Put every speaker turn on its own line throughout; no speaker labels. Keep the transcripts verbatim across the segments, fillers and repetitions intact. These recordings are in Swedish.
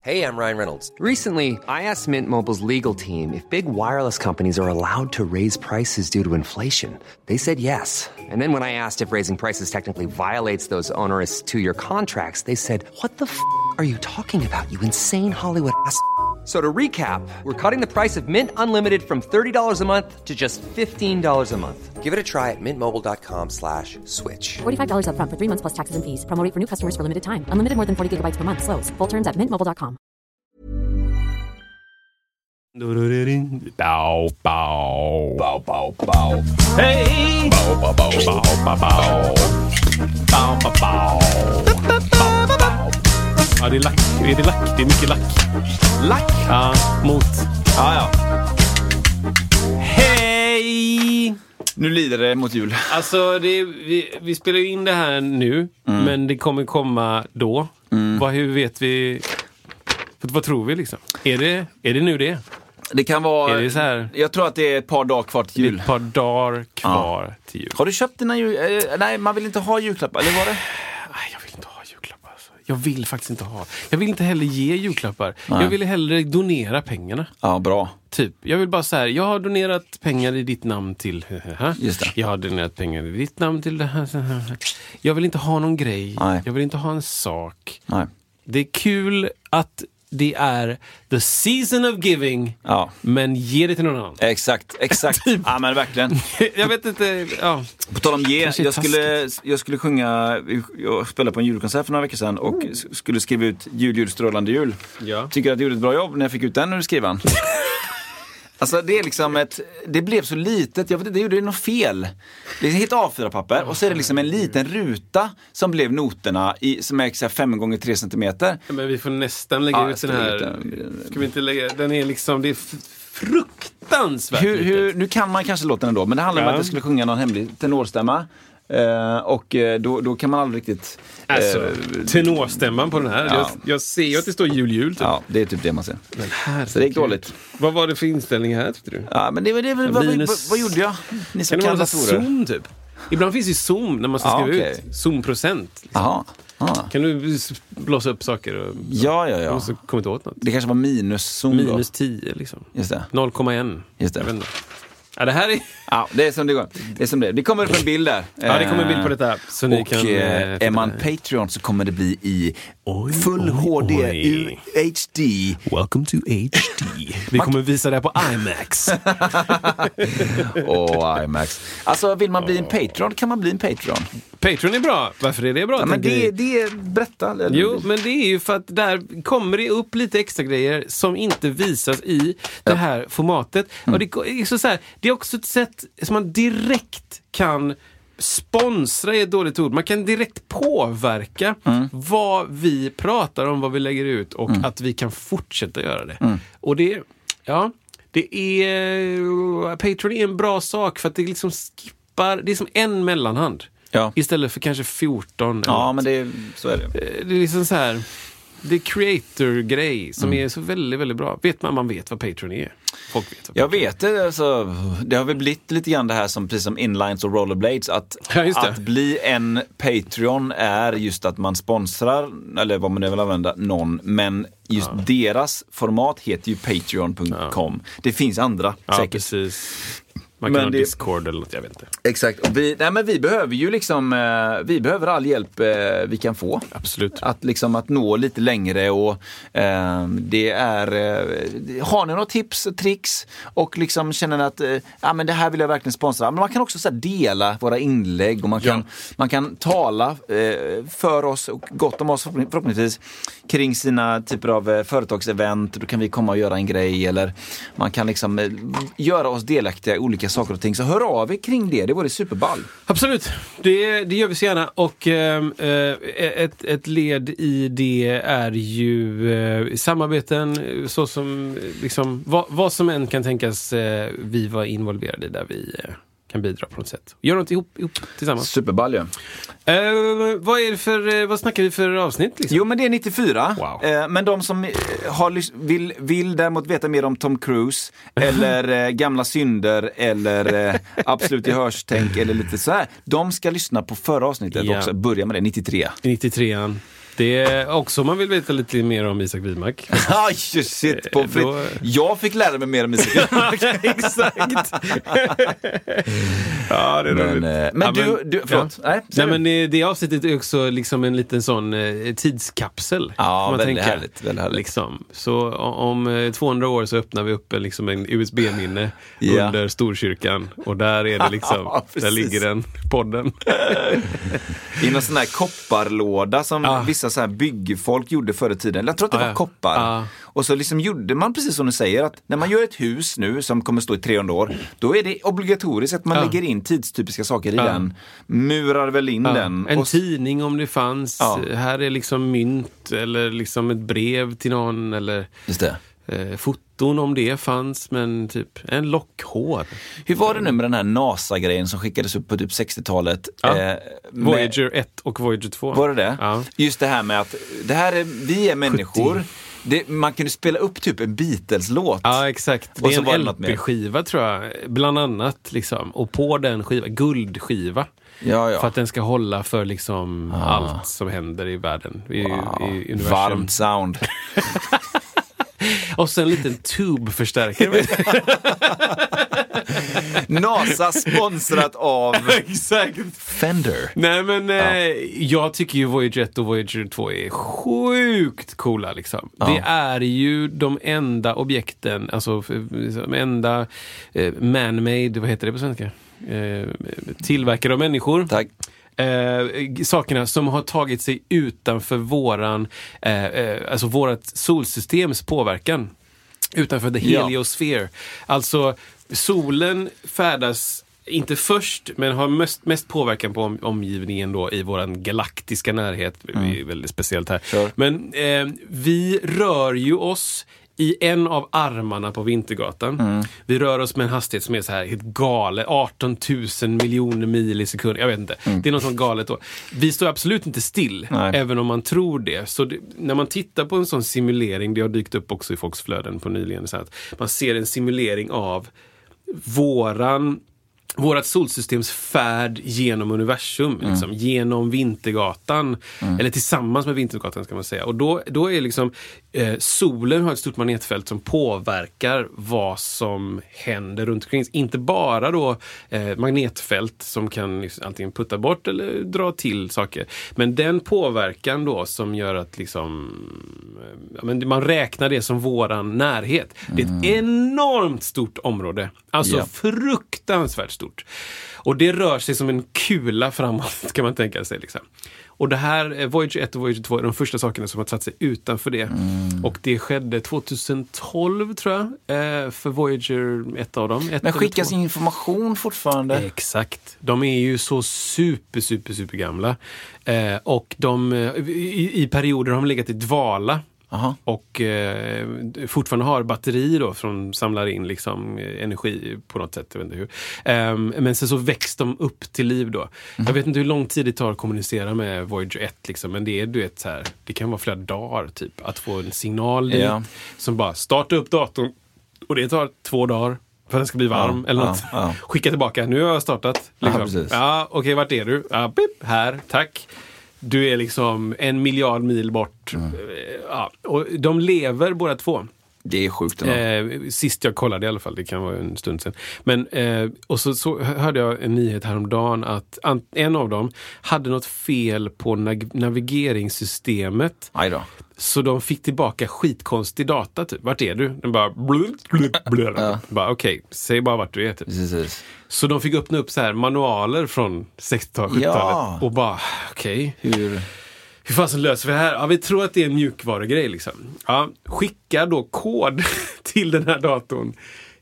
Hey, I'm Ryan Reynolds.
Recently, I asked Mint Mobile's legal team if big wireless companies are allowed to raise prices due to inflation. They said yes. And then when I asked if raising prices technically violates those onerous two-year contracts, they said, "What the f*** are you talking about, you insane Hollywood ass?" So to recap, we're cutting the price of Mint Unlimited from thirty dollars a month to just fifteen dollars a month.
Give it a try at mintmobile.com slash switch.
forty-five dollars up front for three months plus taxes and fees. Promo rate for new customers for limited time. Unlimited more than forty gigabytes per month. Slows full terms at mint mobile dot com.
Bow, bow, bow, bow, bow. Hej! Bow, bow, bow, bow, bow, bow. Bow, bow, bow. Ja, det är lack. Det är lack. Det är mycket lack.
Lack?
Ja, mot.
Ja, ja.
Hej!
Nu lider det mot jul.
Alltså, det är, vi, vi spelar ju in det här nu, mm. men det kommer komma då. Mm. Vad, hur vet vi... Vad tror vi liksom? Är det, är det nu det?
Det kan vara...
Är det så här?
Jag tror att det är ett par dagar kvar till jul.
Ett par dagar kvar ja. till jul.
Har du köpt dina jul... Eh, nej, man vill inte ha julklappar. Eller var det?
Nej, jag vill inte ha julklappar. Alltså. Jag vill faktiskt inte ha. Jag vill inte heller ge julklappar.
Nej.
Jag vill hellre donera pengarna.
Ja, bra.
Typ, jag vill bara så här, jag har donerat pengar i ditt namn till...
Just det.
Jag har donerat pengar i ditt namn till det här. Jag vill inte ha någon grej.
Nej.
Jag vill inte ha en sak.
Nej.
Det är kul att det är the season of giving,
ja.
men ge det till någon annan.
Exakt, exakt. Typ. Ja, men verkligen.
Jag vet inte, ja.
På tal om ge, jag skulle, jag skulle sjunga, jag spelade på en julkonsert för några veckor sedan och mm. skulle skriva ut jul, jul, strålande jul.
Ja.
Tycker att jag gjorde ett bra jobb när jag fick ut den ur skrivan. Alltså det är liksom ett, det blev så litet, jag vet inte, det gjorde något fel. Det är helt A fyra papper och så är det liksom en liten ruta som blev noterna i, som är fem gånger tre centimeter.
Ja, men vi får nästan lägga
ja,
ut den här. Den. Ska vi inte lägga, den är liksom, det är fruktansvärt
hur, hur, Nu kan man kanske låta den då, men det handlar ja. om att jag skulle sjunga någon hemlig tenorstämma. Uh, och uh, då, då kan man aldrig riktigt uh,
alltså, tenorstämman på den här ja. jag, jag ser ju att det står jul jul typ.
Ja, det är typ det man ser.
Men här,
så det gick dåligt.
Vad var det för inställning här tyckte du?
Ja, men det var det, vad, vad, vad, vad gjorde jag? Ni
kan det vara Zoom typ? Ibland finns ju Zoom när man ska skriva ja, okay. ut Zoom-procent liksom.
Aha. Ah.
Kan du blåsa upp saker och,
ja, ja, ja.
och så kommer inte åt något?
Det kanske var minus Zoom
minus
då.
tio liksom.
Just det.
noll komma ett.
Just det.
Jag vet inte. Ja, det här är...
Ja, det är som det går. Det är som det. Det kommer upp en bild där.
Ja, det kommer en bild på detta. Så ni
och
kan,
eh, är man Patreon så kommer det bli i oj, full oj, H D, oj. H D.
Welcome to H D. Vi kommer visa det här på IMAX.
Åh, oh, IMAX. Alltså, vill man bli en Patreon kan man bli en Patreon.
Patreon är bra. Varför är det bra?
Ja, men det, det är berätta. Eller?
Jo, men det är ju för att där kommer det upp lite extra grejer som inte visas i det här formatet. Mm. Och det är, så så här, det är också ett sätt som man direkt kan sponsra är ett dåligt ord. Man kan direkt påverka mm. vad vi pratar om, vad vi lägger ut och mm. att vi kan fortsätta göra det. Mm. Och det, ja, det är Patreon är en bra sak för att det liksom skippar, det är som en mellanhand. Ja. Istället för kanske fjorton.
Ja, men det, så är det.
Det är liksom så här, det är creator-grej som mm. är så väldigt, väldigt bra. Vet man, man vet vad Patreon är. Folk vet vad
jag vet det, alltså, det har väl blivit lite grann det här som precis som inlines och rollerblades att,
ja,
att bli en Patreon är just att man sponsrar eller vad man nu vill använda någon, men just ja. deras format heter ju patreon punkt com. Ja. Det finns andra
ja,
säkert.
Precis. Man kan men ha det... Discord eller något, jag vet inte.
Exakt. Och vi, nej, men vi behöver ju liksom, eh, vi behöver all hjälp eh, vi kan få.
Absolut.
Att liksom att nå lite längre och eh, det är, eh, har ni några tips och tricks och liksom känner att eh, ja, men det här vill jag verkligen sponsra. Men man kan också så här, dela våra inlägg och man kan, ja. man kan tala eh, för oss och gott om oss förhoppningsvis kring sina typer av eh, företagsevent. Då kan vi komma och göra en grej eller man kan liksom eh, göra oss delaktiga i olika saker och ting. Så hör av er kring det. Det vore superball.
Absolut. Det, det gör vi så gärna. Och eh, ett, ett led i det är ju eh, samarbeten så som liksom, vad, vad som än kan tänkas eh, vi var involverade i där vi eh, kan bidra på något sätt. Gör något ihop, ihop tillsammans.
Superball, ja.
Eh, vad är det för, vad snackar vi för avsnitt? Liksom?
Jo, men det är nittiofyra.
Wow.
Eh, men de som har, vill, vill däremot veta mer om Tom Cruise eller eh, gamla synder eller eh, absolut i hörstänk eller lite så här. De ska lyssna på förra avsnittet
ja.
också. Börja med det, nittiotre.
nittiotrean. Det är också om man vill veta lite mer om Isak Widmark.
Aj, shit. På
Då...
Jag fick lära mig mer om Isak Widmark.
Exakt. Ja, det är
Men,
roligt.
eh, men
ja,
du,
men,
du förlåt.
Ja.
Nej,
Nej, men det, det avsnittet är också liksom en liten sån eh, tidskapsel.
Ja,
man
väldigt
tänker.
härligt, väldigt härligt.
Liksom. Så om eh, tvåhundra år så öppnar vi upp en, liksom en U S B-minne
Ja.
under Storkyrkan. Och där är det liksom,
Ja,
där
precis.
ligger den podden.
I någon sån här kopparlåda som
Ah.
vissa så här byggfolk gjorde förr i tiden. Jag tror att det
Ah,
var
ja.
koppar.
Ah.
Och så liksom gjorde man precis som du säger, att när man gör ett hus nu som kommer stå i trehundra år, då är det obligatoriskt att man
Ah.
lägger in tidstypiska saker i
Ah.
den. Murar väl in
Ja,
den.
en
och
tidning om det fanns.
Ja.
Här är liksom mynt eller liksom ett brev till någon eller
Just det.
eh, foton om det fanns, men typ en lockhår.
Hur var det nu med den här NASA-grejen som skickades upp på typ sextiotalet?
Ja.
Eh, med-
Voyager ett och Voyager två.
Var det det?
Ja.
Just det här med att det här är, vi är människor. Det, man kunde spela upp typ en Beatles-låt.
Ja, exakt.
Och
Det
så
är
var det
en
något mer.
L P-skiva tror jag, bland annat. Liksom. Och på den skiva, guldskiva.
Ja, ja.
För att den ska hålla för liksom
Ah.
allt som händer i världen, i,
Wow.
i universum.
Varmt sound.
Och sen en liten tube-förstärkare.
NASA sponsrat av
Exakt.
Fender.
Nej men eh, jag tycker ju Voyager ett och Voyager två är sjukt coola liksom.
Ja.
Det är ju de enda objekten, alltså de enda eh, man-made, vad heter det på svenska? Eh, tillverkade av människor.
Tack.
Eh, sakerna som har tagit sig utanför våran eh, eh, alltså vårat solsystems påverkan. Utanför the heliosphere. Alltså solen färdas inte först, men har mest, mest påverkan på om, omgivningen då i våran galaktiska närhet. Det är väldigt speciellt här.
Sure.
Men eh, vi rör ju oss i en av armarna på Vintergatan.
Mm.
Vi rör oss med en hastighet som är så här helt galet. arton tusen miljoner mil i sekund. Jag vet inte.
Mm.
Det är något sånt galet då. Vi står absolut inte still.
Nej.
Även om man tror det. Så det, när man tittar på en sån simulering, det har dykt upp också i folks flöden på nyligen. Så att man ser en simulering av våran vårat solsystems färd genom universum,
Mm.
liksom, genom Vintergatan,
Mm.
eller tillsammans med Vintergatan ska man säga. Och då, då är liksom eh, solen har ett stort magnetfält som påverkar vad som händer runt omkring. Inte bara då eh, magnetfält som kan liksom, antingen putta bort eller dra till saker. Men den påverkan då som gör att liksom, eh, ja, men man räknar det som våran närhet. Det är ett enormt stort område. Alltså
Ja.
fruktansvärt stort. Och det rör sig som en kula framåt, kan man tänka sig. Liksom. Och det här, eh, Voyager ett och Voyager två är de första sakerna som har tagit sig utanför det.
Mm.
Och det skedde tjugotolv tror jag, eh, för Voyager ett av dem. Ett
Men
eller
skickas
två.
information fortfarande?
Exakt. De är ju så super, super, super gamla. Eh, och de, eh, i, i perioder har de legat i dvala.
Aha.
Och eh, fortfarande har batteri då som samlar in liksom, eh, energi på något sätt, jag vet inte hur. Um, men sen så väcks de upp till liv då.
Mm.
Jag vet inte hur lång tid det tar att kommunicera med Voyager ett liksom, men det är, du vet, så här, det kan vara flera dagar typ, att få en signal dit
Ja.
som bara startar upp datorn och det tar två dagar för att den ska bli varm
Ja,
eller
ja,
något.
ja.
Skicka tillbaka, nu har jag startat.
Ja,
Liksom.
precis.
Ja, okej, okay, vart är du? Ja, pip, här, tack. Du är liksom en miljard mil bort.
Mm.
Ja, och de lever båda två.
Det är sjukt ändå.
Eh, sist jag kollade i alla fall, det kan vara en stund sedan. Men, eh, och så, så hörde jag en nyhet häromdagen att an, en av dem hade något fel på nav- navigeringssystemet.
Aj då.
Så de fick tillbaka skitkonstig data typ. Vart är du? Den bara blut, blut, blut.
Ja.
Bara okej, okay, säg bara vart du är typ.
Precis.
Så de fick öppna upp så här manualer från sextiotalet, sjuttiotalet
Ja.
och bara okej. Okay.
Hur?
Hur fasen löser vi det här? Ja, vi tror att det är en mjukvarugrej liksom. Ja, skicka då kod till den här datorn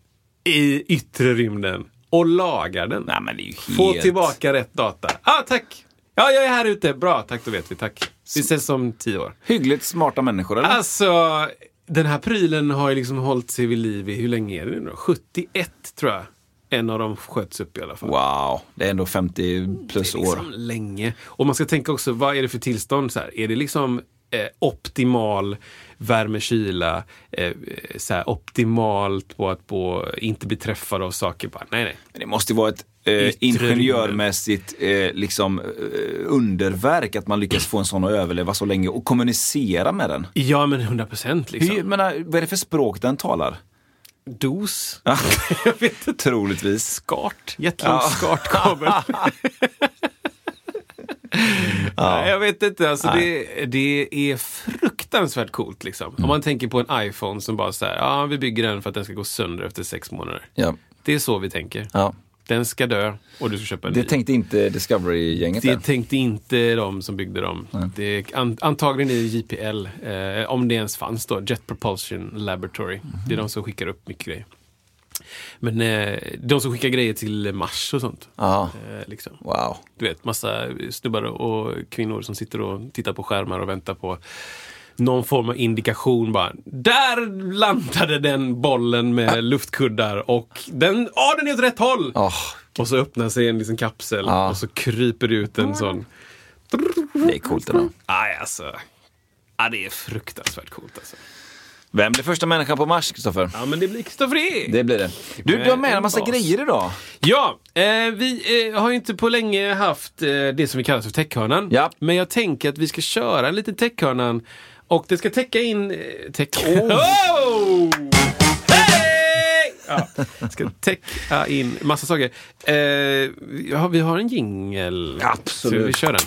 i yttre rymden och lagar den.
Nej, men det är ju helt...
Få tillbaka rätt data. Ah, tack! Ja, jag är här ute. Bra, tack, då vet vi. Tack. Vi ses om tio år.
Hyggligt smarta människor, eller?
Alltså, den här prylen har ju liksom hållit sig vid liv i, hur länge är det nu då? sjuttioett tror jag. En av dem sköts upp i alla fall.
Wow, det är ändå femtio plus
Det är liksom
år.
länge. Och man ska tänka också, vad är det för tillstånd? Så här? Är det liksom eh, optimal värme-kyla, eh, så här, optimalt på att på, inte bli träffad av saker? Bara, nej, nej.
Men det måste ju vara ett eh, ingenjörmässigt eh, liksom, eh, underverk att man lyckas få en sån att överleva så länge och kommunicera med den.
Ja, men hundra procent liksom.
Hur, menar, vad är det för språk den talar?
Dos.
Jag vet inte. Troligtvis.
Skart. Jättelång ja. Skartkabel. Ja. Jag vet inte, alltså det, det är fruktansvärt coolt liksom. Mm. Om man tänker på en iPhone som bara så här, ja vi bygger den för att den ska gå sönder efter sex månader. Ja. Det är så vi tänker. Ja. Den ska dö och du ska köpa en
Det
ny.
tänkte inte Discovery-gänget.
Det där. Tänkte inte de som byggde dem. Mm. Det an, antagligen är det J P L, eh, om det ens fanns då, Jet Propulsion Laboratory. Mm. Det är de som skickar upp mycket grejer. Men eh, de som skickar grejer till Mars och sånt. Eh, liksom.
Wow.
Du vet, massa snubbar och kvinnor som sitter och tittar på skärmar och väntar på någon form av indikation bara. Där landade den bollen med ah. luftkuddar och den, ja den är åt rätt håll! Oh. Och så öppnar sig en liten kapsel ah. och så kryper det ut en sån.
Det är coolt ändå.
Aj, alltså. Ja, det är fruktansvärt coolt alltså.
Vem blir första människan på Mars, Kristoffer?
Ja, men det blir Kristoffer E.
Det blir det. Du, du har med en massa bas. grejer idag.
Ja, eh, vi eh, har ju inte på länge haft eh, det som vi kallar för techhörnan. Ja. Men jag tänker att vi ska köra en liten techhörnan. Och det ska täcka in... Eh, täcka... Oh! oh! Hey! Ja, ska täcka in massa saker. Eh, ja, vi har en jingle.
Absolut.
Så vi kör den.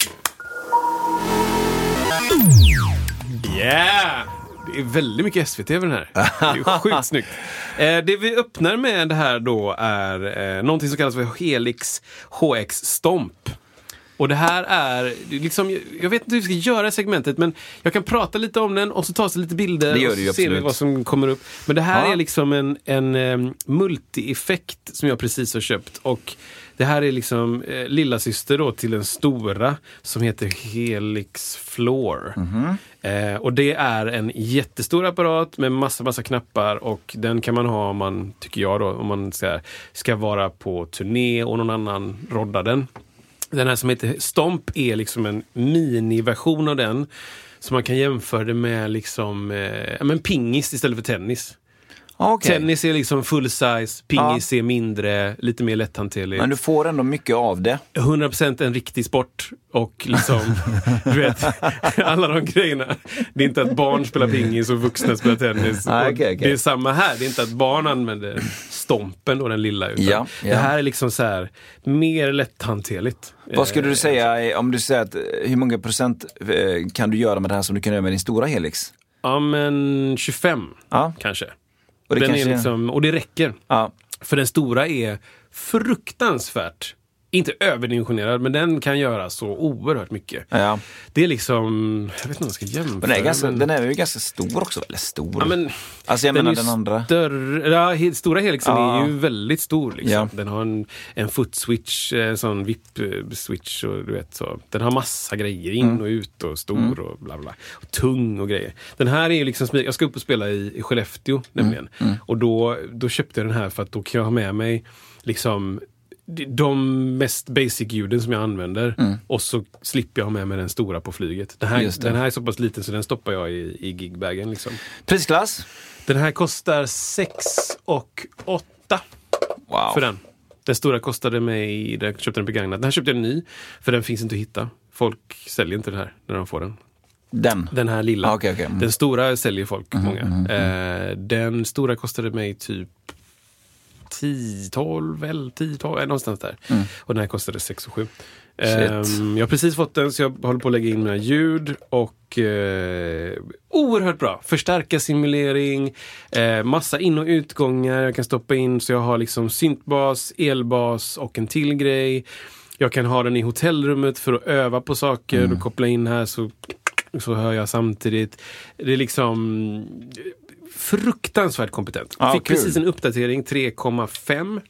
Yeah! Det är väldigt mycket S V T över den här. Det är sjukt snyggt. Eh, det vi öppnar med det här då är eh, någonting som kallas för Helix H X Stomp. Och det här är liksom, jag vet inte hur vi ska göra i segmentet, men jag kan prata lite om den och så tas det lite bilder.
Det gör
och
det ju,
så ser vi vad som kommer upp. Men det här ja. är liksom en, en um, multi-effekt som jag precis har köpt. Och det här är liksom eh, lilla syster då till den stora som heter Helix Floor. Mm-hmm. Eh, och det är en jättestor apparat med massa, massa knappar och den kan man ha om man, tycker jag då, om man ska, ska vara på turné och någon annan roddar den. Den här som heter Stomp är liksom en miniversion av den. Så man kan jämföra det med liksom, eh, men pingis istället för tennis. Okay. Tennis är liksom full size, pingis ja. är mindre, lite mer lätthanterlig.
Men du får ändå mycket av det.
hundra procent en riktig sport. Och liksom, du vet, alla de grejerna. Det är inte att barn spelar pingis och vuxna spelar tennis.
Ah, okay, okay.
Det är samma här. Det är inte att barn använder stompen då, den lilla. Utan ja, ja. Det här är liksom så här, mer lätthanterligt.
Vad skulle du säga, om du säger att hur många procent kan du göra med det här som du kan göra med din stora Helix?
Ja, men tjugofem ja. kanske.
Och det,
den
kanske...
är liksom, och det räcker. Ja. För den stora är fruktansvärt, inte överdimensionerad, men den kan göra så oerhört mycket. Ja. Det är liksom, jag vet inte om jag ska jämföra.
Den är, ganska,
men...
den är ju ganska stor också, eller stor.
Ja, men
alltså jag
den
menar den andra.
Större, ja, stora Helixen ja. är ju väldigt stor. Liksom.
Ja.
Den har en, en foot switch, en sån vip-switch och du vet så. Den har massa grejer in mm. och ut och stor mm. och bla bla. Och tung och grejer. Den här är ju liksom, jag ska upp och spela i, i Skellefteå mm. nämligen. Mm. Och då, då köpte jag den här för att då kan jag ha med mig liksom de mest basic ljuden som jag använder mm. och så slipper jag ha med mig den stora på flyget. Den här, den här är så pass liten så den stoppar jag i, i gigbagen liksom.
Prisklass?
Den här kostar sex och åtta
wow.
för den. Den stora kostade mig, jag köpte den begagnad. Den här köpte jag en ny, för den finns inte att hitta. Folk säljer inte den här när de får den.
Den?
Den här lilla.
Ah, okay, okay. Mm.
Den stora säljer folk, mm, många.
Mm, mm.
Eh, den stora kostade mig typ tio, tolv, eller tio, tolv, någonstans där. Mm. Och den här kostade sex och sju. Um, jag har precis fått den så jag håller på att lägga in mina ljud och uh, oerhört bra. Förstärka simulering, uh, massa in- och utgångar jag kan stoppa in så jag har liksom syntbas, elbas och en till grej. Jag kan ha den i hotellrummet för att öva på saker mm. och koppla in här så, så hör jag samtidigt. Det är liksom fruktansvärt kompetent. Jag fick ah, precis en uppdatering tre komma fem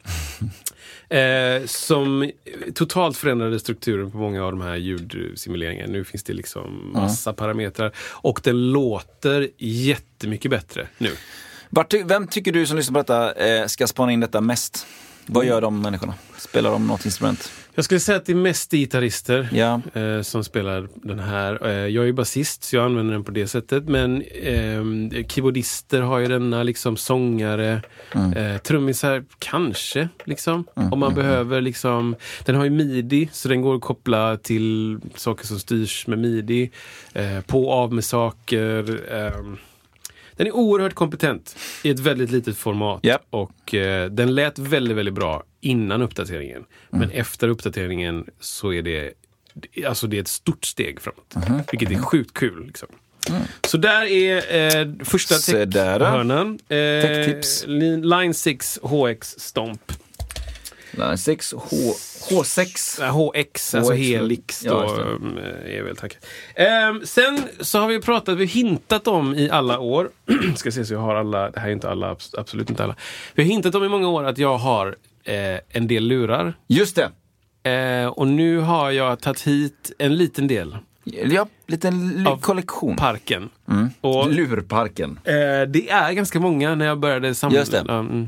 eh, som totalt förändrade strukturen på många av de här ljudsimuleringarna. Nu finns det liksom massa mm. parametrar och den låter jättemycket bättre nu.
Vart, vem tycker du som lyssnar på detta eh, ska spana in detta mest? Vad gör de människorna? Spelar de något instrument?
Jag skulle säga att det är mest gitarrister
Ja.
eh, som spelar den här. Eh, jag är ju basist så jag använder den på det sättet. Men eh, keyboardister har ju denna liksom sångare, mm. eh, trummisar kanske liksom. Mm, Om man mm, behöver liksom. Den har ju midi så den går att koppla till saker som styrs med midi. Eh, på av med saker. Eh, Den är oerhört kompetent i ett väldigt litet format.
Yep.
Och eh, den lät väldigt, väldigt bra innan uppdateringen. Mm. Men efter uppdateringen så är det, alltså det är ett stort steg framåt. Mm. Vilket är sjukt kul. Liksom. Mm. Så där är eh, första tech-hörnan. Eh,
Tech-tips.
Line sex H X Stomp.
Line sex H, H6.
H X, alltså Helix då, ja, är väl tack. Um, sen så har vi pratat, vi har hintat om i alla år, ska se så jag har alla, det här är inte alla, absolut inte alla. Vi har hintat om i många år att jag har eh, en del lurar.
Just det.
Eh, och nu har jag tagit hit en liten del.
Ja, liten l- kollektion.
Parken.
Mm.
Och,
Lurparken.
Eh, det är ganska många när jag började samla.
Just det.
Um,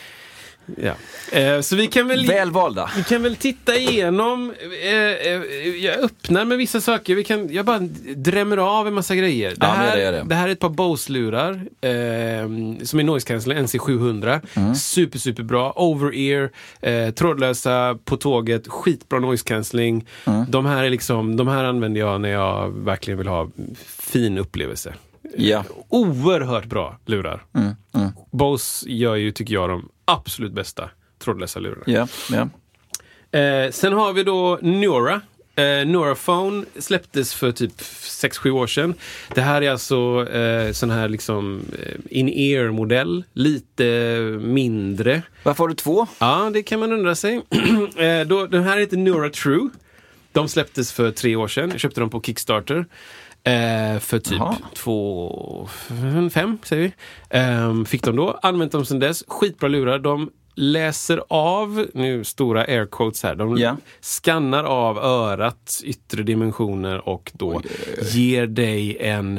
Ja. Eh, så vi kan väl
väl valda.
Vi kan väl titta igenom eh, eh, jag öppnar med vissa saker. Vi kan, jag bara drämmer av en massa grejer. Det,
ja,
här,
det, det.
det här är ett par Bose-lurar eh, som är noise cancelling N C sjuhundra. Mm. Super, super bra. Over-ear, eh, trådlösa på tåget, skitbra noise cancelling. Mm. De här är liksom, de här använder jag när jag verkligen vill ha fin upplevelse.
Ja.
Oerhört bra lurar.
Mm. Mm.
Bose gör ju, tycker jag, de absolut bästa trådlösa lurarna.
Ja, ja.
Eh, sen har vi då Neura. Eh, Neuraphone släpptes för typ sex sju år sedan. Det här är alltså eh, sån här liksom in-ear-modell. Lite mindre.
Varför har du två?
Ja, det kan man undra sig. eh, då, den här heter Neura True. De släpptes för tre år sedan. Jag köpte dem på Kickstarter. Eh, för typ Aha. två, fem säger vi. Eh, fick de då, använt dem sedan dess. Skitbra lurar, de läser av, nu stora air quotes här, de yeah. skannar av örats yttre dimensioner och då Oj. ger dig en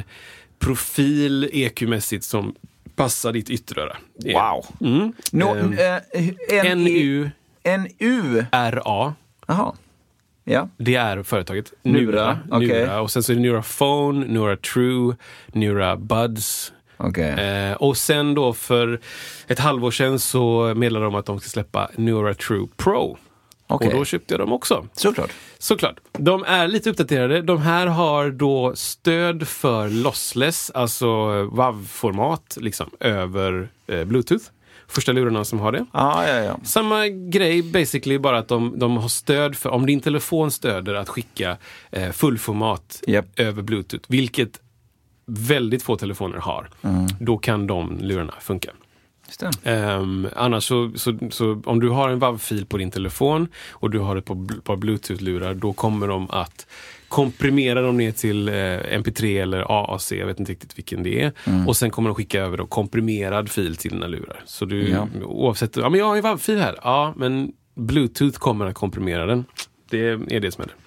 profil E Q-mässigt som passar ditt ytteröra.
Wow.
Mm.
No,
eh, N U
N U
R A.
Jaha. Ja.
Det är företaget Neura.
Neura. Okay.
Neura. Och sen så är det Neuraphone, Neura True, Neura Buds.
Okay.
Eh, och sen då för ett halvår sedan så meddelade de att de ska släppa Neura True Pro. Okay. Och då köpte jag dem också.
Såklart.
Såklart. De är lite uppdaterade. De här har då stöd för lossless, alltså W A V-format liksom, över eh, Bluetooth. Första lurarna som har det.
Ah, ja, ja.
Samma grej basically, bara att de, de har stöd för, om din telefon stöder att skicka eh, fullformat
yep.
över Bluetooth, vilket väldigt få telefoner har, mm. då kan de lurarna funka.
Just det.
Um, annars så, så, så om du har en W A V-fil på din telefon och du har ett par, par Bluetooth-lurar, då kommer de att komprimera dem ner till eh, M P tre eller A A C, jag vet inte riktigt vilken det är. Mm. Och sen kommer de skicka över då komprimerad fil till dina lurar. Så du, ja. oavsett, ja men jag har en W A V-fil här. Ja, men Bluetooth kommer att komprimera den. Det är det som är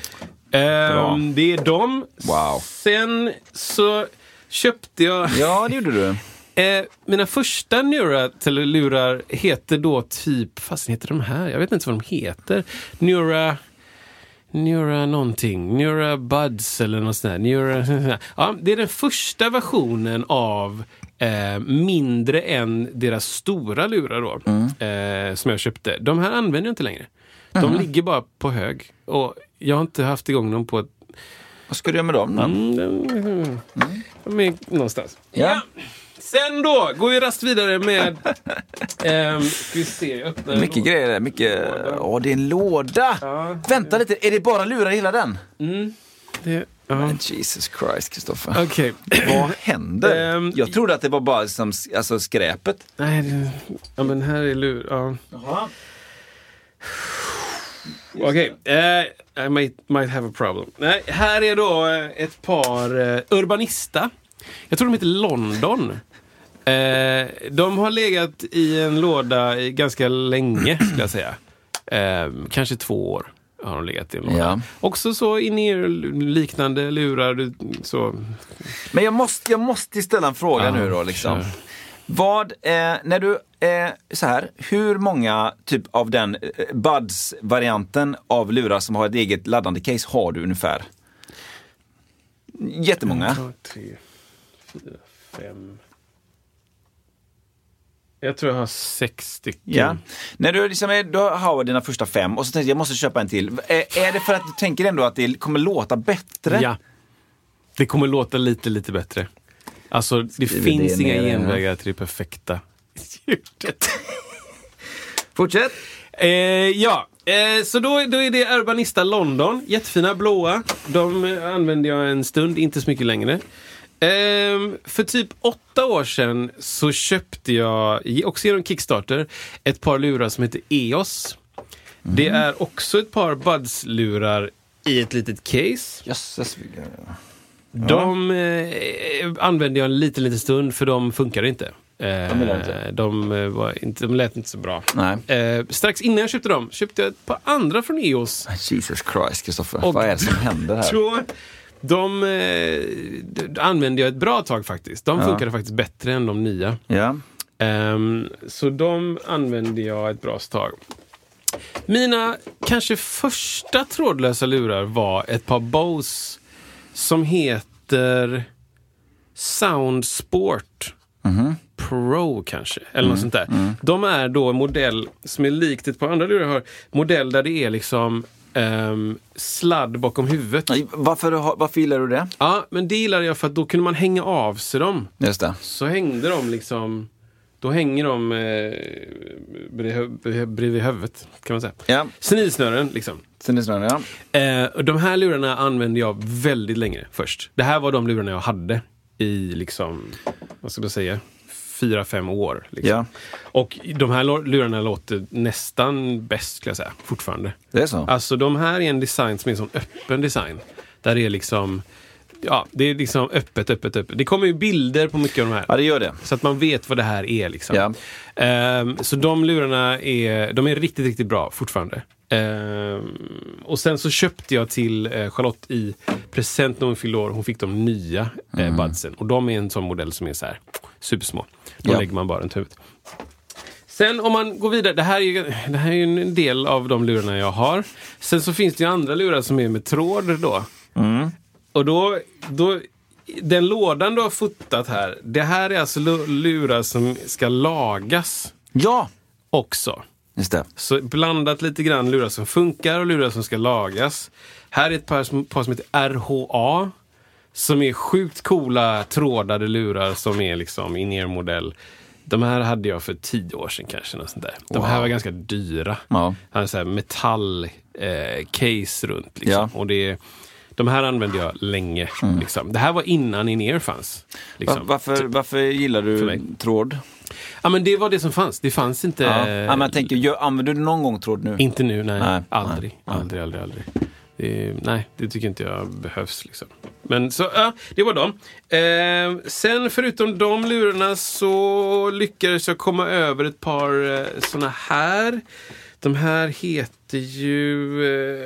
det. Um, det är dem.
Wow.
Sen så köpte jag...
Ja, det gjorde du.
Eh, mina första Neura-lurar heter då typ... Fast heter de här? Jag vet inte vad de heter. Neura... Neura någonting. Neura Buds eller något sånt där. Neura... Ja, det är den första versionen av eh, mindre än deras stora lurar då. Mm. Eh, som jag köpte. De här använder jag inte längre. De mm. ligger bara på hög. Och jag har inte haft igång dem på ett...
Vad ska du göra med dem?
Mm, de, mm. de är någonstans.
Ja.
Ja. Sen då går vi rast vidare med ehm, ska vi se, jag öppnar
mycket grejer där, mycket. Åh, det är en låda.
Ja.
Vänta lite, är det bara lurar i hela den?
Mm. Det, ja.
Jesus Christ, Kristoffer.
Okej.
Vad händer?
Um,
jag trodde att det var bara som, alltså skräpet.
Nej, det, ja men här är lur. Ja.
Jaha.
Okej, okay. uh, I might, might have a problem. Nej, här är då ett par uh, Urbanista. Jag tror de heter London. Eh, de har legat i en låda i ganska länge, skulle jag säga. Eh, kanske två år har de legat i en låda.
Ja.
Också så in i liknande lurar. Så.
Men jag måste, jag måste ställa en fråga
ja,
nu då. Liksom. Vad, eh, när du, eh, så här, hur många typ av den eh, Buds-varianten av lurar som har ett eget laddande case har du ungefär? Jättemånga.
En, två, tre, fyra, fem. Jag tror jag har sex stycken.
Ja. När du liksom är, du har dina första fem och så tänkte jag, jag måste köpa en till. Är, är det för att du tänker ändå att det kommer låta bättre?
Ja. Det kommer låta lite, lite bättre. Alltså, det
Skriver
finns
det
inga
ner,
genvägar
ja.
till det perfekta ljudet.
Fortsätt.
Eh, ja, eh, så då, då är det Urbanista London. Jättefina blåa. De eh, använder jag en stund, inte så mycket längre. Eh, för typ åtta år sedan så köpte jag, också genom Kickstarter, ett par lurar som heter E O S. Mm. Det är också ett par Buds-lurar i ett litet case.
Jösses.
De eh, använde jag en liten, liten stund för de funkar inte. Eh,
de, inte.
De, var inte, de lät inte så bra.
Nej.
Eh, strax innan jag köpte dem köpte jag ett par andra från E O S.
Jesus Christ, Kristoffer. Vad är det som händer här?
Så, de, eh, de använde jag ett bra tag faktiskt. De
ja.
funkade faktiskt bättre än de nya.
Ja.
Eh, så de använde jag ett bra tag. Mina kanske första trådlösa lurar var ett par Bose som heter Sound Sport
Mm-hmm.
Pro kanske, eller mm. något sånt där.
Mm.
De är då en modell som är likt ett par andra lurar jag har. Modell där det är liksom um, sladd bakom huvudet.
Varför, varför gillar du det?
Ja, men det gillar jag för att då kunde man hänga av sig dem.
Just det.
Så hängde de liksom, då hänger de eh, bredvid, bredvid huvudet kan man säga.
Ja.
Senilsnören liksom.
Senilsnören, ja.
Eh, de här lurarna använde jag väldigt länge först. Det här var de lurarna jag hade i liksom, vad ska jag säga, fyra, fem år. Liksom.
Ja.
Och de här lurarna låter nästan bäst, skulle jag säga, fortfarande.
Det är så?
Alltså de här är en design som är en sån öppen design. Där det är liksom, ja, det är liksom öppet, öppet, öppet. Det kommer ju bilder på mycket av de här.
Ja, det gör det.
Så att man vet vad det här är liksom.
Ja.
Um, så de lurarna är, de är riktigt, riktigt bra fortfarande. Um, och sen så köpte jag till uh, Charlotte i present när hon fyllde år. Hon fick de nya uh,
mm.
Budsen. Och de är en sån modell som är så här supersmå. Då
ja.
lägger man bara runt huvudet. Sen om man går vidare, det här är ju, det här är ju en del av de lurarna jag har. Sen så finns det ju andra lurar som är med tråd då.
Mm.
Och då, då, den lådan du har fotat här, det här är alltså lurar som ska lagas.
Ja!
Också.
Just det.
Så blandat lite grann lurar som funkar och lurar som ska lagas. Här är ett par som, par som heter R H A. Som är sjukt coola trådade lurar som är liksom in-ear-modell. De här hade jag för tio år sedan kanske. Något sånt där. De
wow.
här var ganska dyra.
Ja.
Jag hade så här metall eh, case runt. Liksom.
Ja.
Och det, de här använde jag länge. Mm. Liksom. Det här var innan in-ear fanns. Liksom.
Va- varför, varför gillar du tråd?
Ja, men det var det som fanns. Det fanns inte...
Ja. Ja, men jag tänker, gör, använder du någon gång tråd nu?
Inte nu, nej.
nej
aldrig,
nej.
aldrig, aldrig, aldrig. Det, nej, det tycker inte jag behövs liksom. Men så, ja, det var dem. Eh, sen förutom de lurarna så lyckades jag komma över ett par eh, såna här. De här heter ju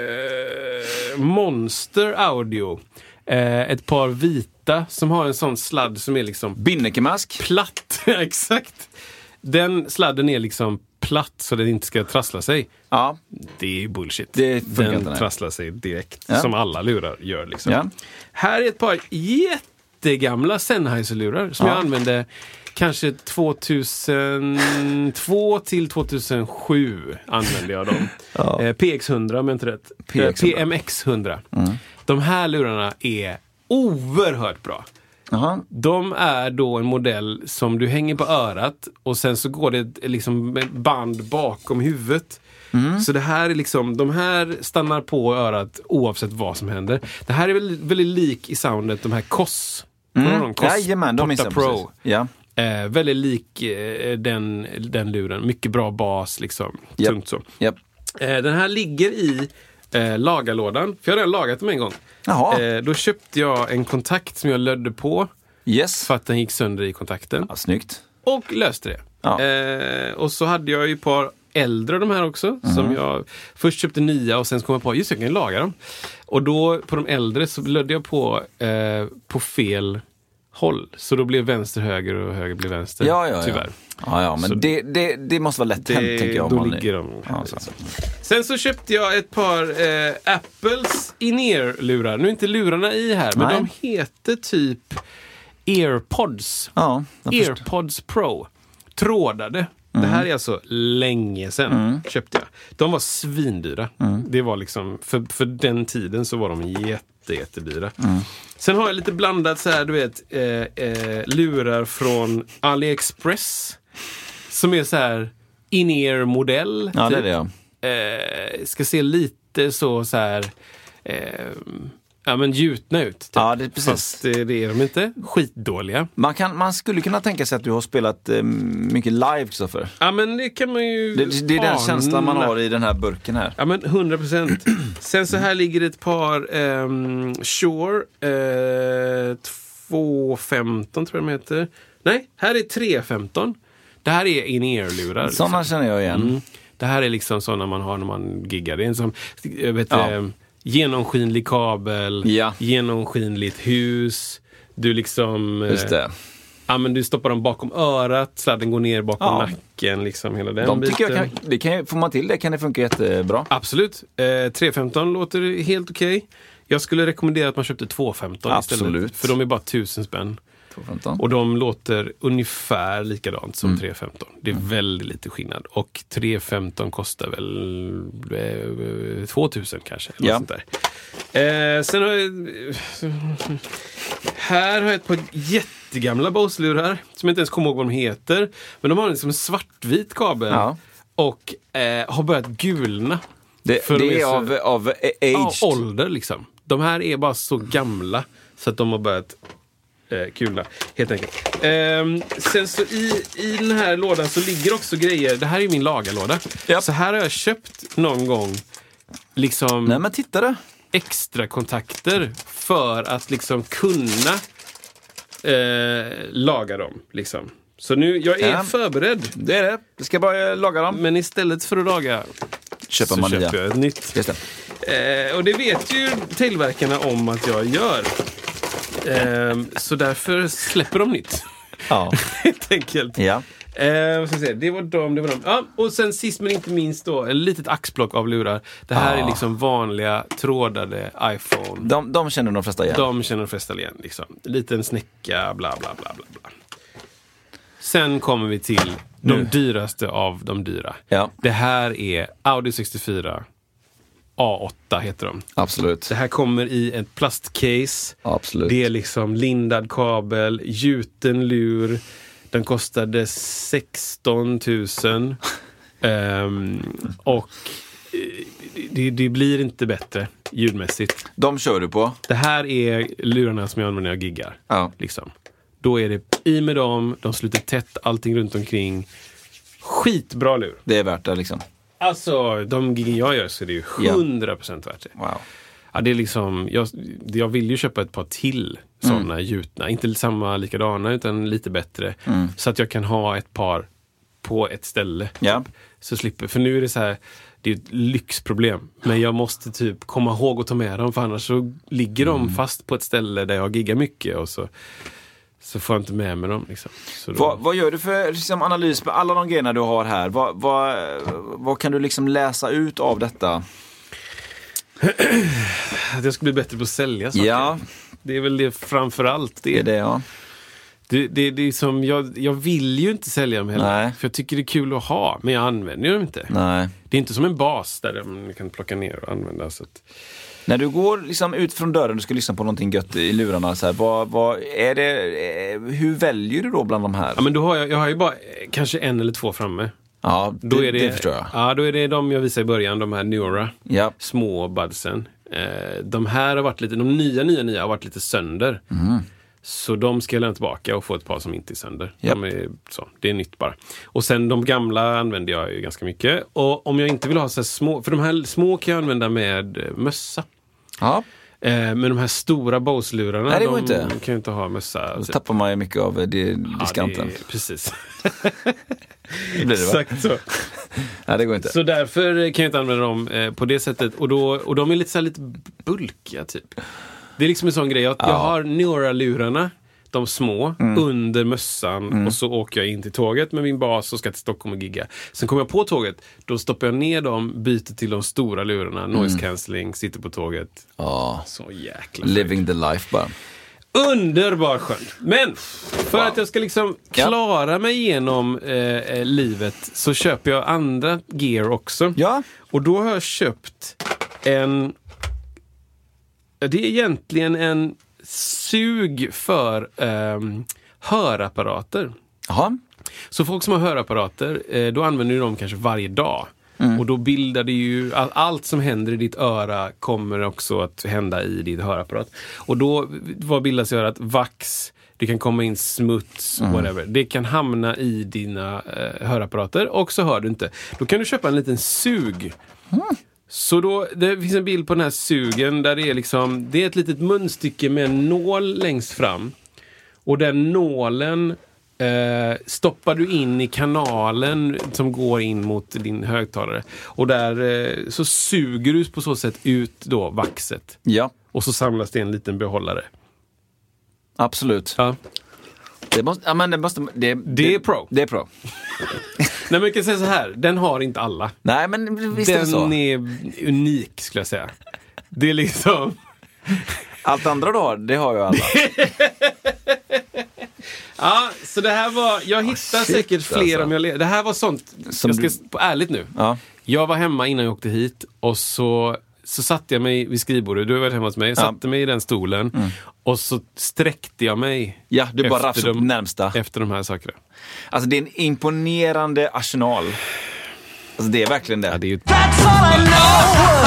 eh, Monster Audio. Eh, ett par vita som har en sån sladd som är liksom...
Binnekemask?
Platt, exakt. Den sladden är liksom platt så den inte ska trassla sig.
Ja.
Det är bullshit.
Det
den trasslar sig direkt. Ja. Som alla lurar gör liksom.
Ja.
Här är ett par jättegamla Sennheiser-lurar som ja. jag använde kanske tvåtusentvå till tvåtusensju använde jag dem. Ja. Eh, P X hundra om jag inte rätt. P X hundra. P M X hundra. Mm. De här lurarna är oerhört bra.
Aha.
De är då en modell som du hänger på örat och sen så går det liksom med band bakom huvudet. Mm. Så det här är liksom, de här stannar på örat oavsett vad som händer. Det här är väldigt, väldigt lik i soundet de här K O S.
Mm.
K O S
Jajamän, de
Porta Pro.
Ja.
Eh, väldigt lik eh, den, den luren. Mycket bra bas liksom.
Yep.
Tungt så.
Yep.
Eh, den här ligger i eh, lagarlådan. För jag har redan lagat dem en gång. Eh, då köpte jag en kontakt som jag lödde på.
Yes.
För att den gick sönder i kontakten.
Ja, snyggt.
Och löste det.
Ja.
Eh, och så hade jag ju ett par äldre av de här också. Mm. Som jag först köpte nya och sen kom jag på, just jag kan ju laga dem. Och då på de äldre så lödde jag på, eh, på fel håll. Så då blev vänster höger och höger blev vänster.
Ja, ja, ja.
Tyvärr.
Ja, ja, men
Så
det, det, det måste vara lätt
det,
hänt, tänker jag.
Då
man
ligger de.
Ja, så.
Sen så köpte jag ett par eh, Apples in-ear-lurar. Nu är inte lurarna i här, men
Nej.
de heter typ AirPods.
Ja, jag förstår.
AirPods Pro. Trådade. Det här är alltså länge sedan
Mm.
köpte jag. De var svindyra. Det var liksom, för, för den tiden så var de jätte, jättedyra.
Mm.
Sen har jag lite blandat så här, du vet, eh, eh, lurar från AliExpress. Som är så här in-ear-modell.
Ja, det är
typ.
det, ja.
Eh, ska se lite så så här... Eh, ja, men gjutna ut. Typ.
Ja, det är precis.
Fast det, det är de inte. Skitdåliga.
Man, kan, man skulle kunna tänka sig att du har spelat eh, mycket live, Kristoffer.
Ja, men det kan man ju...
Det, det är den
ana.
känslan man har i den här burken här.
Ja, men hundra procent. Sen så här ligger det ett par um, Shure uh, två femton tror jag de heter. Nej, här är tre femton. Det här är in-ear-lurar.
Sådana
liksom.
känner jag igen.
Mm. Det här är liksom sådana man har när man giggar. Det är en sån, jag vet,
Ja.
eh, genomskinlig kabel,
Ja.
genomskinligt hus. Du liksom... eh,
Just det.
Ja, men du stoppar dem bakom örat, sladden går ner bakom
Ja.
nacken, liksom hela den
De tycker jag
biten.
kan, det kan, får man till det kan det funka jättebra.
Absolut. Eh, tre femton låter helt okej. Jag skulle rekommendera att man köpte två femton istället.
Absolut.
För de är bara tusen spänn.
två femton.
Och de låter ungefär likadant som
Mm.
tre femton. Det är väldigt lite skillnad. Och tre femton kostar väl eh, tvåtusen kanske. Eller
Ja.
sånt där. Eh, sen har jag... Här har jag ett par jättegamla Bose-lurar som jag inte ens kommer ihåg vad de heter. Men de har liksom en svartvit kabel.
Ja.
Och eh, har börjat gulna.
Det,
För de
det är
är så-
av, av
Ja,
aged.
ålder liksom. De här är bara så gamla så att de har börjat eh, kula, helt enkelt. Ehm, sen så i, i den här lådan så ligger också grejer. Det här är min lagerlåda.
Japp.
Så här har jag köpt någon gång liksom
Nej, men titta det.
extra kontakter för att liksom kunna eh, laga dem. Liksom. Så nu, jag är
Ja.
förberedd.
Det är det. Du ska bara laga dem.
Men istället för att laga
Köpa
så
man nya.
köper jag ett nytt.
Just det.
Eh, och det vet ju tillverkarna om att jag gör. Eh, så därför släpper de nytt.
Ja.
Helt enkelt.
Ja.
Eh, vad ska jag säga? Det var de, det var de. Ja, och sen sist men inte minst då, ett litet axplock av lurar. Det här
Ja.
är liksom vanliga trådade iPhone.
De, de känner de flesta igen.
De känner de flesta igen. Liksom. Liten snäcka, bla bla bla bla bla. Sen kommer vi till de
Nu.
dyraste av de dyra.
Ja.
Det här är Audi sextiofyra A åtta heter de.
Absolut.
Det här kommer i ett plastcase.
Absolut.
Det är liksom lindad kabel, gjuten lur. Den kostade sexton tusen. um, och det, det blir inte bättre ljudmässigt.
De kör du på.
Det här är lurarna som jag använder när jag giggar.
Ja.
Liksom. Då är det i med dem, de sluter tätt, allting runt omkring. Skitbra lur.
Det är värt det liksom.
Alltså, de giggen jag gör så är det ju hundra procent värt det.
Wow.
Ja, det är liksom, jag, jag vill ju köpa ett par till sådana mm. gjutna. Inte samma likadana utan lite bättre.
Mm.
Så att jag kan ha ett par på ett ställe.
Ja.
Så slipper, för nu är det så här, det är ett lyxproblem. Men jag måste typ komma ihåg att ta med dem. För annars så ligger de
Mm.
fast på ett ställe där jag giggar mycket. Och så, så får jag inte med mig dem. Liksom. Så då,
Vad, vad gör du för liksom, analys på alla de grejerna du har här? Vad, vad, vad kan du liksom läsa ut av detta?
att jag ska bli bättre på att sälja saker.
Ja,
Det är väl det framförallt.
det är det, ja.
Det, det, det är som, jag, jag vill ju inte sälja dem heller.
Nej.
För jag tycker det är kul att ha. Men jag använder dem inte.
Nej.
Det är inte som en bas där man kan plocka ner och använda. Så att...
När du går liksom ut från dörren och du ska lyssna på någonting gött i lurarna, så här, vad, vad är det, eh, hur väljer du då bland de här?
Ja, men då har jag, jag har ju bara eh, kanske en eller två framme.
Ja, det,
Då är det,
det förstår jag.
Ja, då är det de jag visade i början, de här Neura.
Ja.
Små budsen. Eh, de här har varit lite, de nya, nya, nya har varit lite sönder.
Mm.
Så de ska jag lämna tillbaka och få ett par som inte är sönder.
Japp.
De är, så, det är nytt bara. Och sen de gamla använder jag ju ganska mycket. Och om jag inte vill ha så här små, för de här små kan jag använda med eh, mössa.
Ja,
Eh, men de här stora Bose-lurarna,
Nej, det går
de
inte.
kan ju inte ha mössa.
då tappar man ju mycket av det, diskanten.
Ja, det är, precis.
Det blir det, va?
Exakt så.
Nej, det går inte.
Så därför kan jag inte använda dem eh, på det sättet. Och, då, och de är lite så här lite bulkiga typ. Det är liksom en sån grej. Jag,
Ja.
jag har Neura-lurarna. de små mm. under mössan mm. och så åker jag in till tåget med min bas och ska till Stockholm och gigga. Sen kommer jag på tåget, då stoppar jag ner dem, byter till de stora lurarna, noise mm. cancelling, sitter på tåget.
Ja.
Så jäkla
living the life bara.
Underbar skön. Men för wow. att jag ska liksom klara ja. mig igenom eh, livet så köper jag andra gear också.
Ja.
Och då har jag köpt en... Det är egentligen en sug för eh, hörapparater.
Jaha.
Så folk som har hörapparater, eh, då använder de kanske varje dag. Mm. Och då bildar det ju, all, allt som händer i ditt öra kommer också att hända i ditt hörapparat. Och då, vad bildas gör att vax, det kan komma in smuts, mm. whatever. Det kan hamna i dina eh, hörapparater och så hör du inte. Då kan du köpa en liten sug. Mm. Så då, det finns en bild på den här sugen där det är liksom, det är ett litet munstycke med en nål längst fram. Och den nålen eh, stoppar du in i kanalen som går in mot din högtalare. Och där eh, så suger du på så sätt ut då vaxet.
Ja.
Och så samlas det en liten behållare.
Absolut.
Ja.
Det måste, ja, men det måste, det, det,
det är pro.
Det är pro.
Nej, men jag kan säga så här, den har inte alla.
Nej, men visst
den
är det så.
Den är unik, skulle jag säga. Det är liksom...
Allt andra då, det har ju alla.
Ja, så det här var... Jag hittar oh, shit, säkert fler alltså. om jag... Le- det här var sånt... Som jag ska... På ärligt nu.
Ja.
Jag var hemma innan jag åkte hit och så... Så satte jag mig vid skrivbordet. Du har varit hemma hos mig. Jag satte ja. mig i den stolen. Mm. Och så sträckte jag mig.
Ja, du bara rafsade upp närmsta.
Efter de här sakerna.
Alltså det är en imponerande arsenal. Alltså det är verkligen det.
Ja, det är ju...
That's all I know.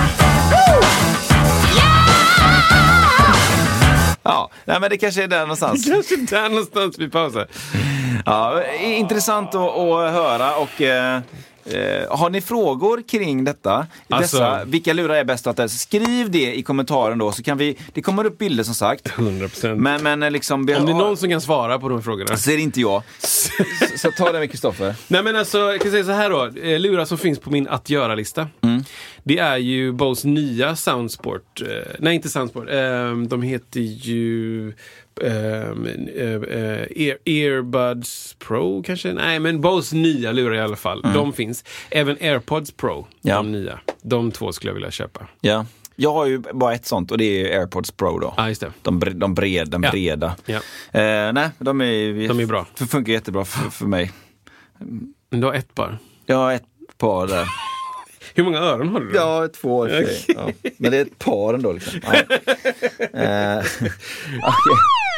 Ja, nej, men det kanske är där någonstans.
Det kanske är där någonstans vi pausar.
Ja, intressant att, att höra och... Eh, Eh, har ni frågor kring detta?
Alltså,
Dessa, vilka lurar är bäst att äta? Skriv det i kommentaren då så kan vi, det kommer upp bilder som sagt.
hundra procent.
Men, men liksom...
Om det är någon som kan svara på de frågorna.
Så är det inte jag. så, så ta det med Kristoffer.
Nej men alltså, jag kan säga så här då. Lurar som finns på min att göra-lista. Mm. Det är ju Bose nya Soundsport. Eh, nej, inte Soundsport. Eh, de heter ju... Um, uh, uh, ear, Earbuds Pro kanske? Nej, men Bose nya lurar i alla fall. Mm. De finns. Även AirPods Pro, ja. De nya. De två skulle jag vilja köpa.
Ja. Jag har ju bara ett sånt och det är AirPods Pro då.
Ja, just det.
De, bre- de bred, den
ja.
breda.
Ja.
Eh, nej, de är,
de är bra.
Det funkar jättebra för, för mig.
Men du har ett par?
Jag har ett par där.
Hur många öron har du då?
Ja, två. Okay. Ja. Men det är ett par ändå liksom. Ja. eh, okay.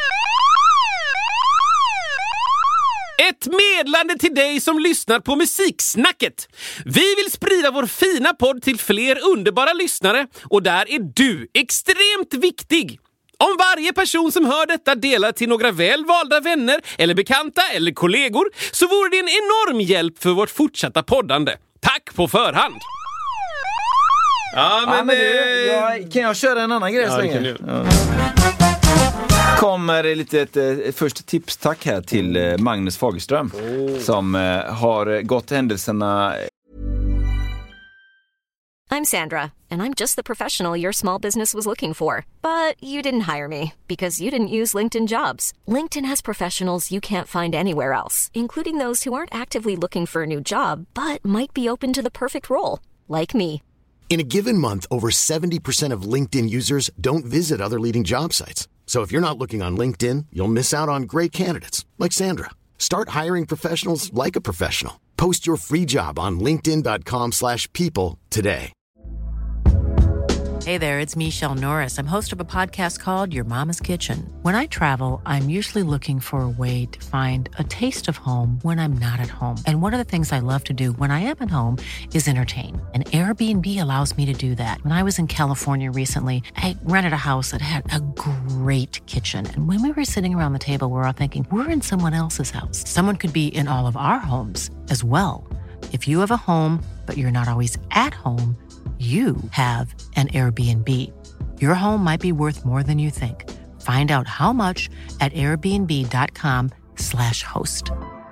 Ett meddelande till dig som lyssnar på Musiksnacket. Vi vill sprida vår fina podd till fler underbara lyssnare och där är du extremt viktig. Om varje person som hör detta delar till några välvalda vänner eller bekanta eller kollegor så vore det en enorm hjälp för vårt fortsatta poddande. Tack på förhand!
Ja, men, ja, men du, jag, kan jag köra en annan grej så länge? Ja, ja. Kommer lite ett, ett först tips tack här till Magnus Fagerström oh. som uh, har gått händelserna.
I'm Sandra, and I'm just the professional your small business was looking for. But you didn't hire me because you didn't use LinkedIn Jobs. LinkedIn has professionals you can't find anywhere else, including those who aren't actively looking for a new job, but might be open to the perfect role, like me.
In a given month, over seventy percent of LinkedIn users don't visit other leading job sites. So if you're not looking on LinkedIn, you'll miss out on great candidates like Sandra. Start hiring professionals like a professional. Post your free job on linkedin dot com slash people today.
Hey there, it's Michelle Norris. I'm host of a podcast called Your Mama's Kitchen. When I travel, I'm usually looking for a way to find a taste of home when I'm not at home. And one of the things I love to do when I am at home is entertain. And Airbnb allows me to do that. When I was in California recently, I rented a house that had a great kitchen. And when we were sitting around the table, we were all thinking, we're in someone else's house. Someone could be in all of our homes as well. If you have a home, but you're not always at home, you have an Airbnb. Your home might be worth more than you think. Find out how much at airbnb dot com slash host.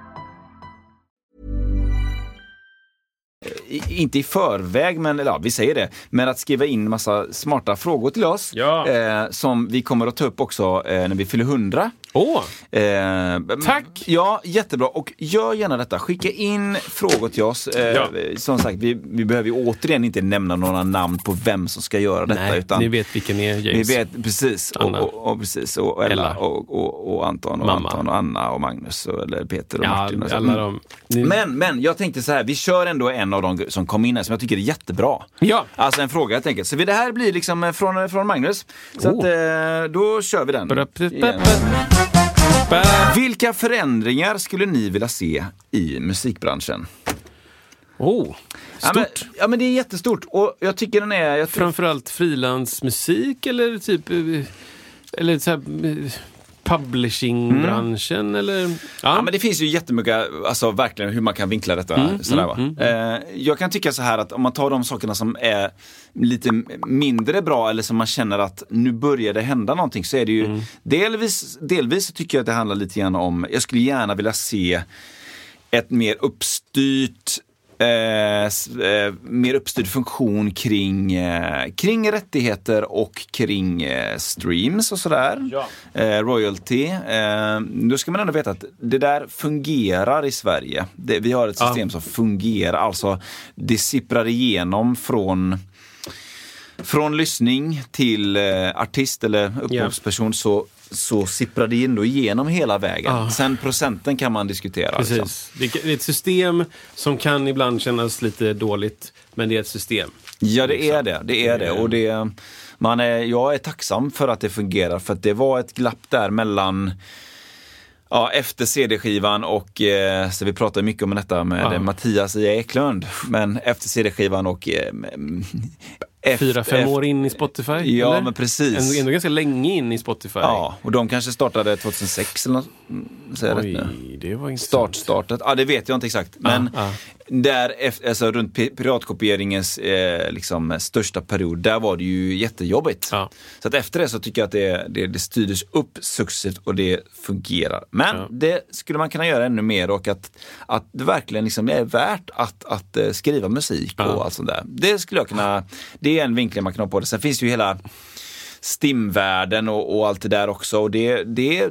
Inte i förväg, men ja, vi säger det. Men att skriva in massa smarta frågor till oss.
Ja.
Eh, som vi kommer att ta upp också eh, när vi fyller hundra.
Åh,
Eh,
tack!
Ja, jättebra. Och gör gärna detta. Skicka in frågor till oss. Eh,
Ja.
Som sagt, vi, vi behöver ju återigen inte nämna några namn på vem som ska göra detta.
Nej,
utan
ni vet vilken ni är, James.
vi vet precis. Och,
Anna.
och, och, precis. Och Ella,
Ella.
Och, och, och Anton och
Mamma.
Anton och Anna och Magnus och, eller Peter och
Ja,
Martin. Och så.
alla de. Ni...
Men, men jag tänkte så här, vi kör ändå en av de som kom in här som jag tycker är jättebra.
Ja.
Alltså en fråga helt enkelt. Så det här blir liksom från, från Magnus. Så
Oh.
att, eh, då kör vi den. Igen.
Ba-
Vilka förändringar skulle ni vilja se i musikbranschen?
Oh,
Ja, men,
stort.
ja men det är jättestort och jag tycker den är... Jag tycker,
Framförallt frilansmusik eller typ... eh, Eller så här... eh, publishingbranschen eller... Ja,
ja men det finns ju jättemycket, alltså verkligen hur man kan vinkla detta.
Mm,
sådär,
mm,
va?
mm.
Eh, jag kan tycka så här att om man tar de sakerna som är lite mindre bra eller som man känner att nu börjar det hända någonting, så är det ju
Mm.
delvis, delvis så tycker jag att det handlar lite grann om, jag skulle gärna vilja se ett mer uppstyrt Eh, s- eh, mer uppstyrd funktion kring, eh, kring rättigheter och kring eh, streams och sådär.
Ja.
Eh, royalty. Eh, då ska man ändå veta att det där fungerar i Sverige. Det, vi har ett system
Ja.
som fungerar. Alltså det sipprar igenom från från lyssning till eh, artist eller upphovsperson, så så sipprar det ändå igenom hela vägen.
Ja.
Sen procenten kan man diskutera. Liksom.
Precis. Det är ett system som kan ibland kännas lite dåligt, men det är ett system.
Ja, det är det. Det är det. Och det, man är, jag är tacksam för att det fungerar, för att det var ett glapp där mellan, ja, efter C D-skivan och, eh, så vi pratar mycket om detta med
Ja.
Mattias i Eklund, men efter C D-skivan och eh, efter,
Fyra, fem år in i Spotify?
Ja,
eller?
men precis.
Ändå, ändå ganska länge in i Spotify.
Ja, och de kanske startade tjugohundrasex eller något, säger jag
Oj,
rätt nu?
det var inte
Start, startet. Ja, det vet jag inte exakt. Men
ja.
där, efter, alltså, runt pi- piratkopieringens eh, liksom, största period, där var det ju jättejobbigt.
Ja.
Så att efter det så tycker jag att det, det, det styrdes upp successivt och det fungerar. Men
Ja.
det skulle man kunna göra ännu mer, och att, att det verkligen liksom är värt att, att eh, skriva musik och
Ja.
allt sånt där. Det skulle jag kunna, det är en vinkling man kan ha på det. Sen finns ju hela Stim-världen och, och allt det där också. Och det, det,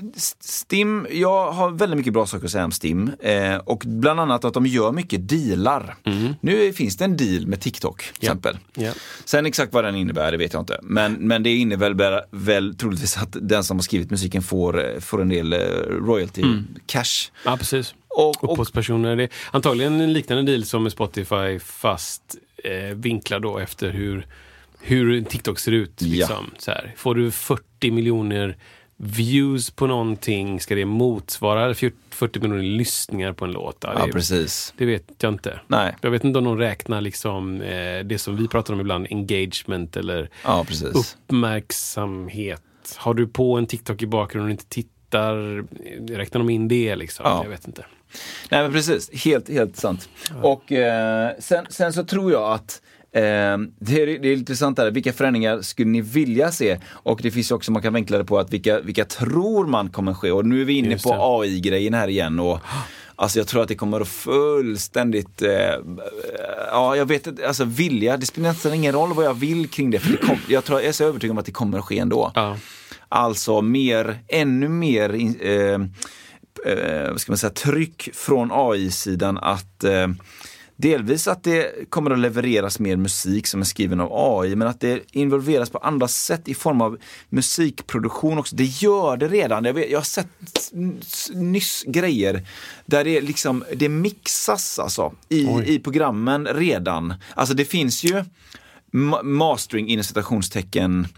Stim, jag har väldigt mycket bra saker att säga om Stim. Eh, och bland annat att de gör mycket dealar.
Mm.
Nu finns det en deal med TikTok till
Ja.
exempel.
Ja.
Sen exakt vad den innebär, det vet jag inte. Men, men det innebär väl, väl troligtvis att den som har skrivit musiken får, får en del eh, royalty cash.
Ja, precis.
Och, och,
Upphovspersoner. Det är antagligen en liknande deal som med Spotify, fast eh, vinklad då efter hur, hur TikTok ser ut. Liksom. Så här. Får du fyrtio miljoner views på någonting, ska det motsvara fyrtio miljoner lyssningar på en låt? Ja, det,
ja, precis.
det vet jag inte.
Nej.
Jag vet inte om de räknar liksom, eh, det som vi pratar om ibland, engagement eller
Ja, precis.
uppmärksamhet. Har du på en TikTok i bakgrunden och inte tittar, räknar de in det liksom?
Ja.
Jag vet inte.
Nej, men precis, helt, helt sant. Och eh, sen, sen så tror jag att eh, det, är, det är intressant där, vilka förändringar skulle ni vilja se? Och det finns ju också, man kan vinkla det på att vilka, vilka tror man kommer ske? Och nu är vi inne
Just
på
det.
A I-grejen här igen, och alltså jag tror att det kommer att fullständigt eh, ja, jag vet inte, alltså vilja, det spelar nästan ingen roll vad jag vill kring det, för det kom, jag, tror, jag är så övertygad om att det kommer att ske ändå.
Ja.
Alltså mer, ännu mer eh, eh, vad ska man säga, tryck från A I-sidan att eh, delvis att det kommer att levereras mer musik som är skriven av A I, men att det involveras på andra sätt i form av musikproduktion också. Det gör det redan. Jag, vet, jag har sett nyss grejer där det liksom, det mixas alltså i, i programmen redan. Alltså det finns ju ma- mastering inom citationstecken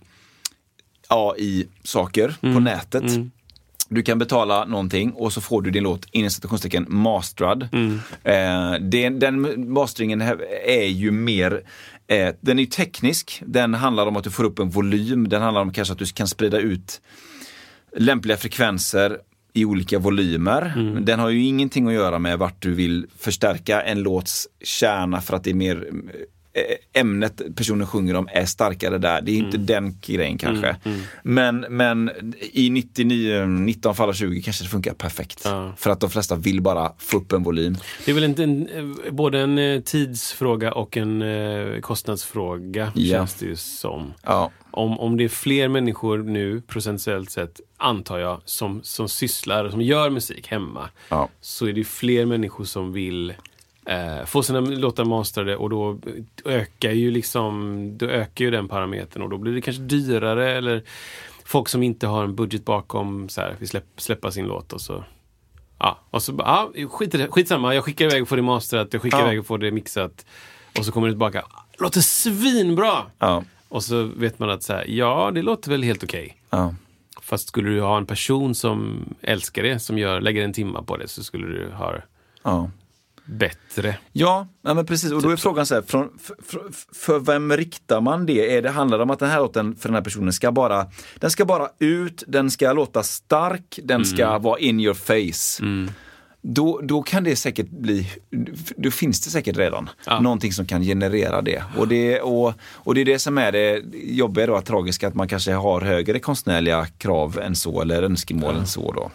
A I-saker
Mm.
på nätet. Mm. Du kan betala någonting och så får du din låt inom citationstecken masterad. Mm. Eh, den, den masteringen är ju mer, eh, den är ju teknisk. Den handlar om att du får upp en volym. Den handlar om kanske att du kan sprida ut lämpliga frekvenser i olika volymer. Mm. Den har ju ingenting att göra med vart du vill förstärka en låts kärna för att det är mer ämnet personen sjunger om är starkare där. Det är inte mm. den grejen kanske. Mm, mm. Men, men i nittionio, nitton fall av tjugo kanske det funkar perfekt. Ja. För att de flesta vill bara få upp en volym.
Det är väl inte en, både en tidsfråga och en eh, kostnadsfråga, ja. Känns det ju som.
Ja.
Om, om det är fler människor nu, procentuellt sett, antar jag, som, som sysslar, som gör musik hemma,
ja.
Så är det fler människor som vill eh, få sina låtar masterade, och då ökar ju liksom, då ökar ju den parametern, och då blir det kanske dyrare, eller folk som inte har en budget bakom, så här, vi släpp, släppa sin låt och så ja, och så ja, skit, skitsamma, jag skickar iväg och får det masterat, jag skickar ja. iväg och får det mixat, och så kommer det tillbaka, låter svinbra!
Ja.
Och så vet man att så här, ja, det låter väl helt okej. Okay.
Ja.
Fast skulle du ha en person som älskar det, som gör, lägger en timma på det, så skulle du ha
ja.
bättre.
Ja, ja, men precis. Och då är frågan så här, från, för, för, för vem riktar man det? Är det handlar om att den här låten för den här personen ska bara, den ska bara ut, den ska låta stark, den ska mm. vara in your face.
Mm.
Då, då kan det säkert bli, då finns det säkert redan ja. någonting som kan generera det. Och det, och, och det är det som är det jobbiga då, tragiska, att man kanske har högre konstnärliga krav än så, eller önskemål ja. än så då.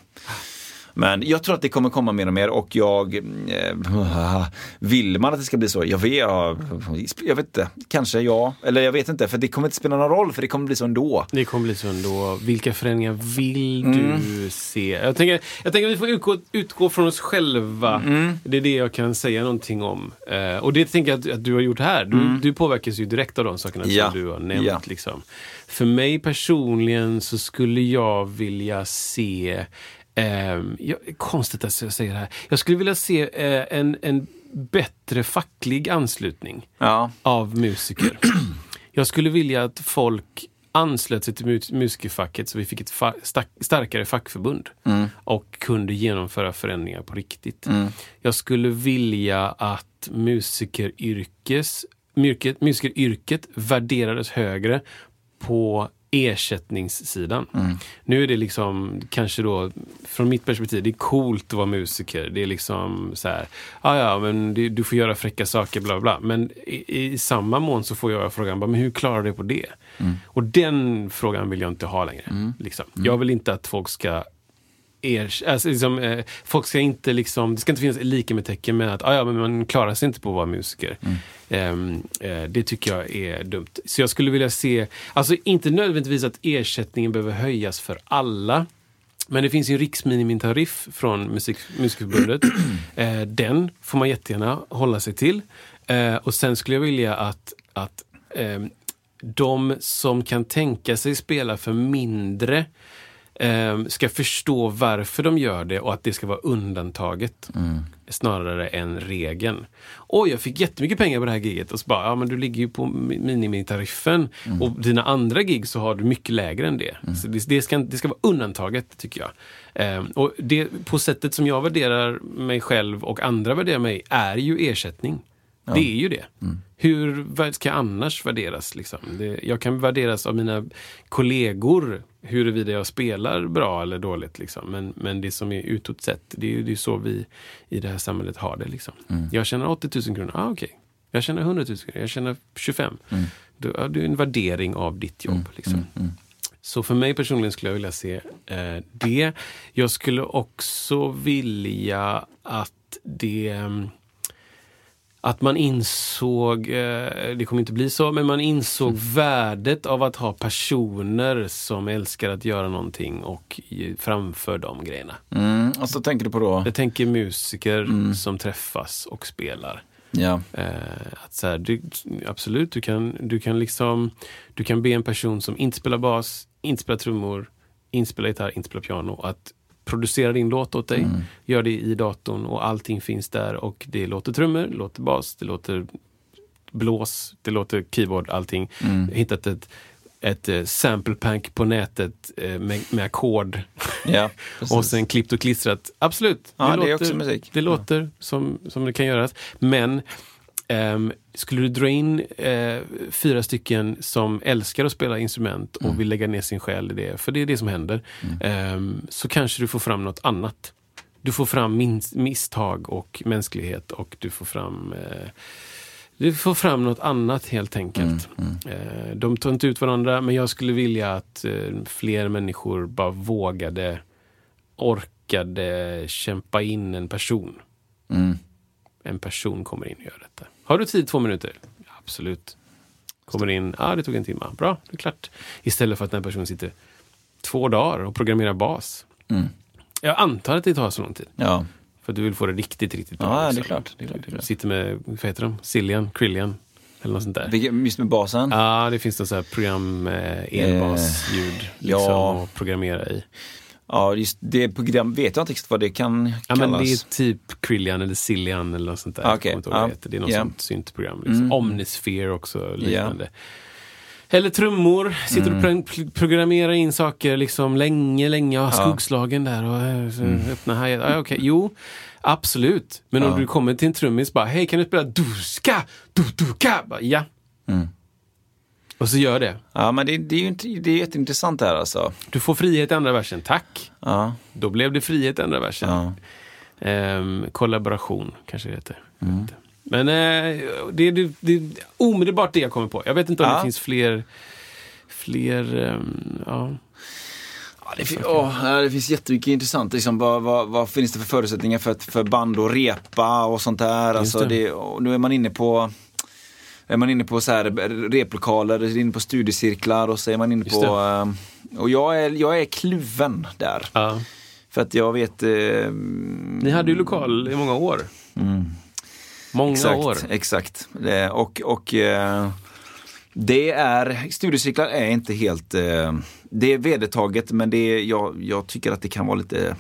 Men jag tror att det kommer komma mer och mer, och jag eh, vill man att det ska bli så? Jag vet, jag, jag vet inte, kanske ja, eller jag vet inte, för det kommer inte spela någon roll, för det kommer bli så ändå.
Det kommer bli så ändå. Vilka förändringar vill mm. du se? Jag tänker, jag tänker att vi får utgå, utgå från oss själva.
Mm.
Det är det jag kan säga någonting om. Eh, och det tänker jag att, att du har gjort här. Du, mm. du påverkas ju direkt av de sakerna
ja.
som du har nämnt.
Ja.
Liksom. För mig personligen så skulle jag vilja se Um, jag, konstigt att jag säger det här. Jag skulle vilja se uh, en, en bättre facklig anslutning
ja.
av musiker. Jag skulle vilja att folk anslöt sig till mus- musikerfacket, så vi fick ett fa- sta- starkare fackförbund
mm.
och kunde genomföra förändringar på riktigt.
Mm.
Jag skulle vilja att musikeryrkes, musiker, musikeryrket värderades högre på ersättningssidan.
Mm.
Nu är det liksom, kanske då, från mitt perspektiv, det är coolt att vara musiker. Det är liksom så här, ja ja, men det, du får göra fräcka saker, bla bla. Men i, i samma mån så får jag frågan, men hur klarar du på det?
Mm.
Och den frågan vill jag inte ha längre.
Mm.
Liksom.
Mm.
Jag vill inte att folk ska Er, alltså liksom, eh, folk ska inte liksom, det ska inte finnas lika med tecken med att ah, ja, men man klarar sig inte på att vara musiker.
Mm.
Eh, eh, det tycker jag är dumt. Så jag skulle vilja se, alltså inte nödvändigtvis att ersättningen behöver höjas för alla, men det finns ju en riksminimitariff från musik, Musikförbundet. eh, den får man jättegärna hålla sig till. Eh, och sen skulle jag vilja att, att eh, de som kan tänka sig spela för mindre Um, ska förstå varför de gör det, och att det ska vara undantaget
mm.
snarare än regeln. Oj, jag fick jättemycket pengar på det här giget, och så bara, ja men du ligger ju på minimitariffen mm. och dina andra gig så har du mycket lägre än det. Mm. Så det, det, ska, det ska vara undantaget, tycker jag. Um, och det, på sättet som jag värderar mig själv och andra värderar mig, är ju ersättning. Ja. Det är ju det.
Mm.
Hur ska jag annars värderas? Liksom? Det, jag kan värderas av mina kollegor huruvida jag spelar bra eller dåligt. Liksom. Men, men det som är utåt sett, det är ju det är så vi i det här samhället har det. Liksom.
Mm.
Jag tjänar åttio tusen kronor. Ah, okej. Okay. Jag tjänar hundra tusen kronor. Jag tjänar tjugofem.
Mm.
Det, det är en värdering av ditt jobb.
Mm.
Liksom.
Mm. Mm.
Så för mig personligen skulle jag vilja se eh, det. Jag skulle också vilja att det... Att man insåg, det kommer inte bli så, men man insåg mm. värdet av att ha personer som älskar att göra någonting och framför de grejerna.
Mm. Och så tänker du på då?
Jag tänker musiker
mm.
som träffas och spelar.
Ja.
Eh, att så här, du, absolut, du kan, du kan liksom, du kan be en person som inte spelar bas, inte spelar trummor, inte spelar gitarr, inte spelar piano, att producera din låt åt dig, mm. gör det i datorn och allting finns där, och det låter trummor, det låter bas, det låter blås, det låter keyboard, allting.
Mm.
Jag har hittat ett, ett, ett sample pack på nätet med, med ackord
ja,
och sen klippt och klistrat. Absolut,
ja,
det,
det
låter,
är också musik.
Det låter ja. som, som det kan göras, men Um, skulle du dra in uh, fyra stycken som älskar att spela instrument och mm. vill lägga ner sin själ i det, för det är det som händer, mm. um, så kanske du får fram något annat. Du får fram min- misstag och mänsklighet, och du får fram uh, Vi får fram något annat helt enkelt.
Mm, mm.
De tar inte ut varandra, men jag skulle vilja att fler människor bara vågade, orkade kämpa in en person.
Mm.
En person kommer in och gör detta. Har du tid två minuter? Ja, absolut. Kommer in, ja ah, det tog en timme. Bra, det är klart. Istället för att den personen sitter två dagar och programmerar bas.
Mm.
Jag antar att det tar så lång tid.
Ja.
För att du vill få det riktigt, riktigt bra.
Ja, det är klart. Det är klart, det är klart.
Sitter med, vad heter de? Cillian, Krillian eller något sånt där.
Just med basen?
Ja, det finns något så här program, eh, elbasljud eh, liksom,
ja.
att programmera i.
Ja, just det program vet jag inte riktigt vad det kan
ja,
kallas.
Men det är typ Krillian eller Cillian eller något sånt där.
Okay.
Jag ja. Det, det är något yeah. sånt syntprogram. Liksom.
Mm.
Omnisphere också, liknande.
Yeah.
Eller trummor. Sitter
mm.
och pro- programmerar in saker liksom länge, länge. Ja, skuggslagen där och mm. öppna här. Ja, okay. Jo, absolut. Men
ja.
om du kommer till en trummis bara, hej, kan du spela duska, du, duka? Bara, ja.
Mm.
Och så gör det.
Ja, men det, det är ju inte, det är jätteintressant här alltså.
Du får frihet i andra versen, tack.
Ja.
Då blev det frihet i andra versen.
Ja.
Ehm, kollaboration, kanske det heter.
Mm.
Men eh, det, det, det är omedelbart det jag kommer på. Jag vet inte om
ja.
det finns fler... Fler... Um, ja...
Ja, det, fin- åh, det finns jättemycket intressant. Liksom, vad, vad, vad finns det för förutsättningar för, för band att repa och sånt där? Alltså, det. Det, och nu är man inne på... Är man inne på så här replokaler, är inne på studiecirklar och så är man inne på... Um, och jag är, jag är kluven där.
Ja.
För att jag vet... Uh,
Ni hade ju lokal i många år.
Mm.
Många
exakt,
år.
Exakt. Det, och och uh, det är... Studiecirklar är inte helt... Uh, det är vedertaget, men det är, jag, jag tycker att det kan vara lite...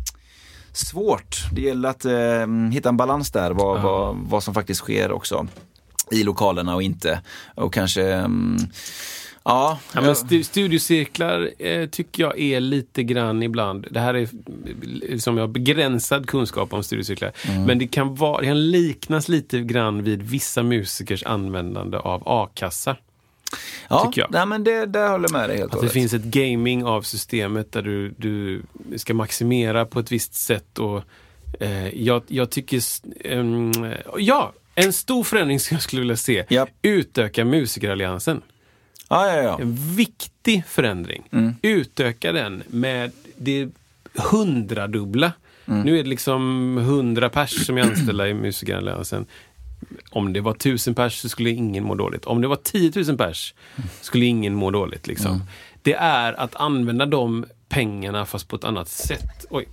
svårt. Det gäller att uh, hitta en balans där. Vad, ja. vad, vad som faktiskt sker också. I lokalerna och inte. Och kanske... Um, ja.
ja men st- studiecirklar eh, tycker jag är lite grann ibland. Det här är som jag har begränsad kunskap om studiecirklar. Mm. Men det kan, vara, det kan liknas lite grann vid vissa musikers användande av a-kassa.
Ja,
tycker jag.
Nej, men det, där håller jag med dig helt
Att det finns ett gaming av systemet där du, du ska maximera på ett visst sätt. Och eh, jag, jag tycker... Um, ja! En stor förändring som jag skulle vilja se.
Yep.
Utöka musikeralliansen.
Ah, ja, ja.
En viktig förändring.
Mm.
Utöka den med det hundradubbla. Mm. Nu är det liksom hundra pers som är anställda i musikeralliansen. Om det var tusen pers så skulle ingen må dåligt. Om det var tiotusen pers skulle ingen må dåligt. Liksom. Mm. Det är att använda de pengarna fast på ett annat sätt. Oj.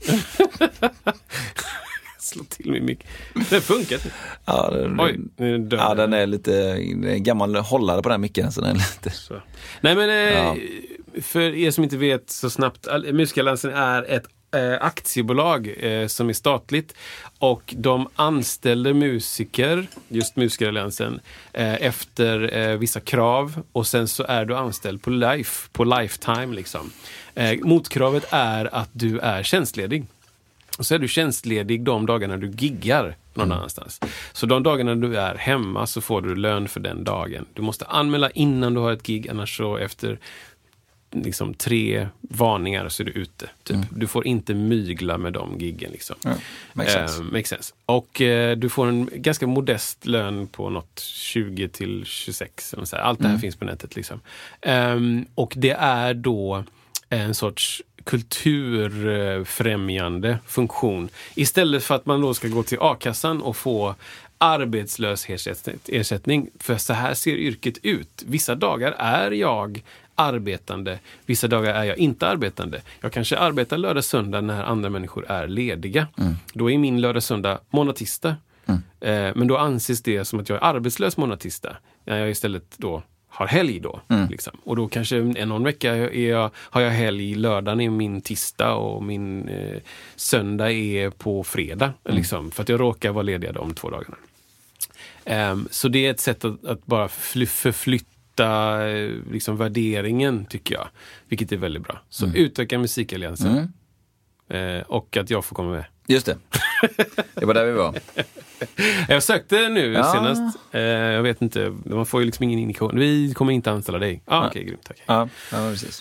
Slå till mig mycket. Det funkar.
Ja, den,
Oj, nu
ja, den är lite gammal hållare på den micken. Så den är lite...
Så. Nej, men eh,
ja.
För er som inte vet så snabbt, Musikeralliansen är ett eh, aktiebolag eh, som är statligt och de anställer musiker, just Musikeralliansen, eh, efter eh, vissa krav och sen så är du anställd på life, på lifetime liksom. Eh, motkravet är att du är tjänstledig. Och så är du tjänstledig de dagarna du giggar någon mm. annanstans. Så de dagarna du är hemma så får du lön för den dagen. Du måste anmäla innan du har ett gig, annars så efter liksom tre varningar så är du ute. Typ. Mm. Du får inte mygla med de giggen. Liksom.
Ja, makes sense.
Uh, makes sense. Och uh, du får en ganska modest lön på något tjugo till tjugosex. Eller så här. Allt det här mm. finns på nätet. Liksom. Um, och det är då en sorts kulturfrämjande funktion. Istället för att man då ska gå till a-kassan och få arbetslöshetsersättning. För så här ser yrket ut. Vissa dagar är jag arbetande. Vissa dagar är jag inte arbetande. Jag kanske arbetar lördag söndag när andra människor är lediga. Mm. Då är min lördag söndag måndag-tisdag. Mm. Eh, men då anses det som att jag är arbetslös måndag-tisdag. När jag istället då har helg då. Mm. Liksom. Och då kanske en någon vecka är jag, har jag helg, lördagen är min tisdag och min eh, söndag är på fredag. Mm. Liksom, för att jag råkar vara ledig de två dagarna. Um, så det är ett sätt att, att bara fly, förflytta eh, liksom värderingen tycker jag. Vilket är väldigt bra. Så mm. utöka musikalliansen. Mm. Eh, och att jag får komma med.
Just det. Det var där vi var.
Jag sökte nu
ja.
senast. Eh, jag vet inte. Man får ju liksom ingen indikation. Vi kommer inte anställa dig. Ah, Okej, okay, grymt. Tack.
Ja, ja, precis.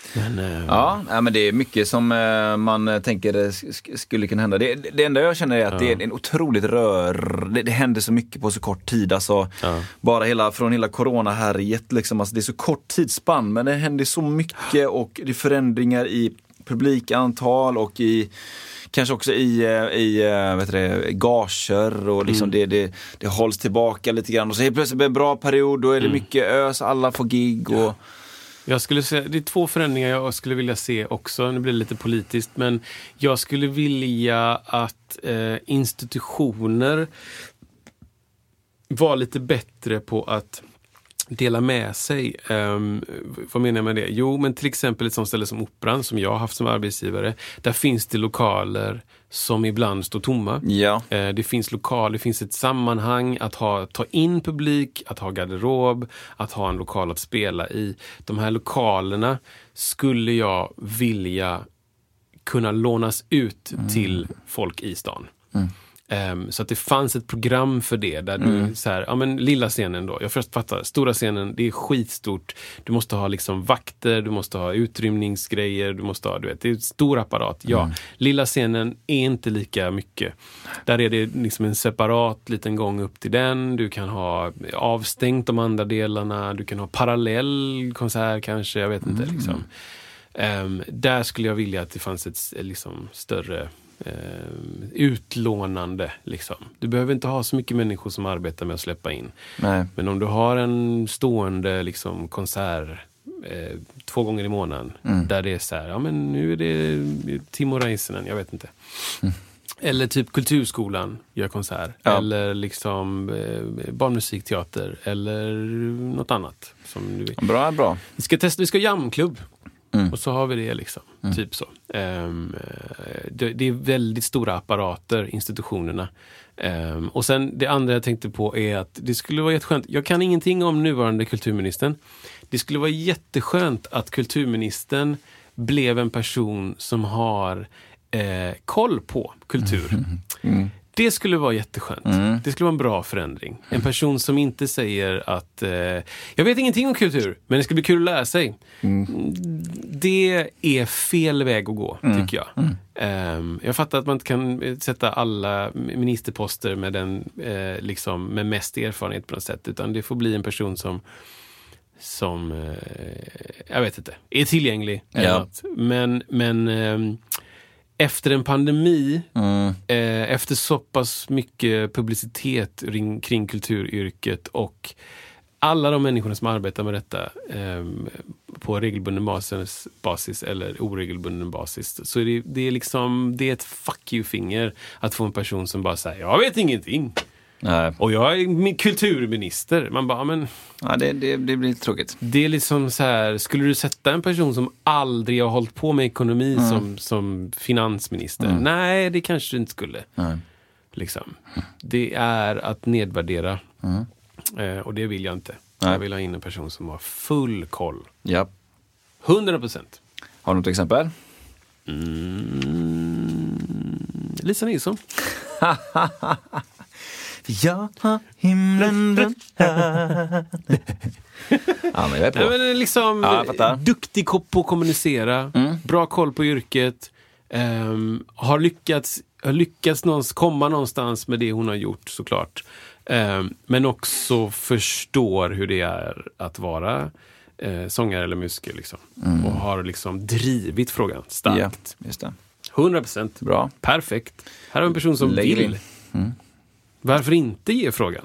Men, eh,
ja, ja, men det är mycket som eh, man tänker sk- skulle kunna hända. Det, det enda jag känner är att ja. det är en otroligt rör... Det, det händer så mycket på så kort tid. Alltså, ja. Bara hela, från hela corona-härjet. Liksom, alltså, det är så kort tidsspann, men det händer så mycket och det är förändringar i publikantal och i... Kanske också i, i vet du, gager och liksom mm. det, det, det hålls tillbaka lite grann. Och så helt plötsligt blir det en bra period, då är det mm. mycket ös, alla får gig. Och...
Jag skulle säga, det är två förändringar jag skulle vilja se också. Nu blir det lite politiskt, men jag skulle vilja att eh, institutioner var lite bättre på att dela med sig. Um, vad menar jag med det? Jo, men till exempel ett sånt ställe som Operan, som jag har haft som arbetsgivare, där finns det lokaler som ibland står tomma.
Ja.
Uh, det finns lokaler, det finns ett sammanhang att ha, ta in publik, att ha garderob, att ha en lokal att spela i. De här lokalerna skulle jag vilja kunna lånas ut mm. till folk i stan. Mm. Um, så att det fanns ett program för det där mm. du så här, ja men lilla scenen då, jag först fattar, stora scenen, det är skitstort, du måste ha liksom vakter, du måste ha utrymningsgrejer, du måste ha, du vet, det är en stor apparat, ja. Mm. Lilla scenen är inte lika mycket, där är det liksom en separat liten gång upp till den, du kan ha avstängt de andra delarna, du kan ha parallell konsert kanske, jag vet inte mm. liksom. Um, där skulle jag vilja att det fanns ett liksom större Uh, utlånande liksom. Du behöver inte ha så mycket människor som arbetar med att släppa in.
Nej.
Men om du har en stående liksom konsert uh, två gånger i månaden mm. där det är så här, ja men nu är det Timo Räisänen, jag vet inte. Mm. Eller typ Kulturskolan gör konsert. Ja. Eller liksom eh, barnmusikteater eller något annat som du vet.
Bra, bra.
Vi ska testa, vi ska jamklubb. Mm. Och så har vi det liksom, mm. typ så. Um, det, det är väldigt stora apparater, institutionerna. Um, och sen det andra jag tänkte på är att det skulle vara jätteskönt, jag kan ingenting om nuvarande kulturministern. Det skulle vara jätteskönt att kulturministern blev en person som har eh, koll på kultur. Mm. Mm. Det skulle vara jätteskönt. Mm. Det skulle vara en bra förändring. En person som inte säger att eh, jag vet ingenting om kultur, men det ska bli kul att lära sig. Mm. Det är fel väg att gå, mm. tycker jag. Mm. Um, jag fattar att man inte kan sätta alla ministerposter med den eh, liksom, med mest erfarenhet på något sätt, utan det får bli en person som som eh, jag vet inte, är tillgänglig. Ja. Men, men eh, efter en pandemi, mm. eh, efter så pass mycket publicitet ring, kring kulturyrket och alla de människorna som arbetar med detta eh, på regelbunden basis, basis eller oregelbunden basis, så är det, det är liksom, det är ett fuck you-finger att få en person som bara säger, jag vet ingenting. Nej. Och jag är kulturminister. Man bara, men...
Ja, det, det, det blir tråkigt.
Det är liksom så här, skulle du sätta en person som aldrig har hållit på med ekonomi mm. som, som finansminister? Mm. Nej, det kanske du inte skulle. Mm. Liksom. Det är att nedvärdera. Mm. Eh, och det vill jag inte. Nej. Jag vill ha in en person som har full koll.
Ja.
hundra procent.
Har du något exempel?
Mm. Lisa Nilsson.
Jag har himlen den här. Ja, men jag är på.
Nej, men liksom
ja,
duktig på att kommunicera, mm. bra koll på yrket, um, har lyckats, har lyckats någonstans, komma någonstans med det hon har gjort, såklart. Um, men också förstår hur det är att vara uh, sångare eller musiker liksom. Mm. Och har liksom drivit frågan starkt.
Ja, just det.
hundra procent.
Bra.
Perfekt. Här har en person som Lägger vill. Mm. Varför inte ge frågan?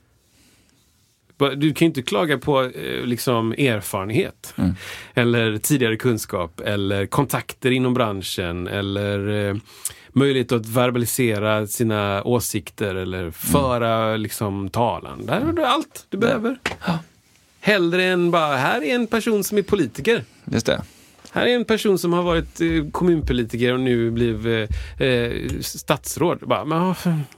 Du kan ju inte klaga på eh, liksom erfarenhet. Mm. Eller tidigare kunskap. Eller kontakter inom branschen. Eller eh, möjlighet att verbalisera sina åsikter. Eller föra mm. liksom, talan. Där har du allt du behöver. Ja. Hellre än bara, här är en person som är politiker.
Just det.
Här är en person som har varit eh, kommunpolitiker och nu blev eh, statsråd. Bara, men,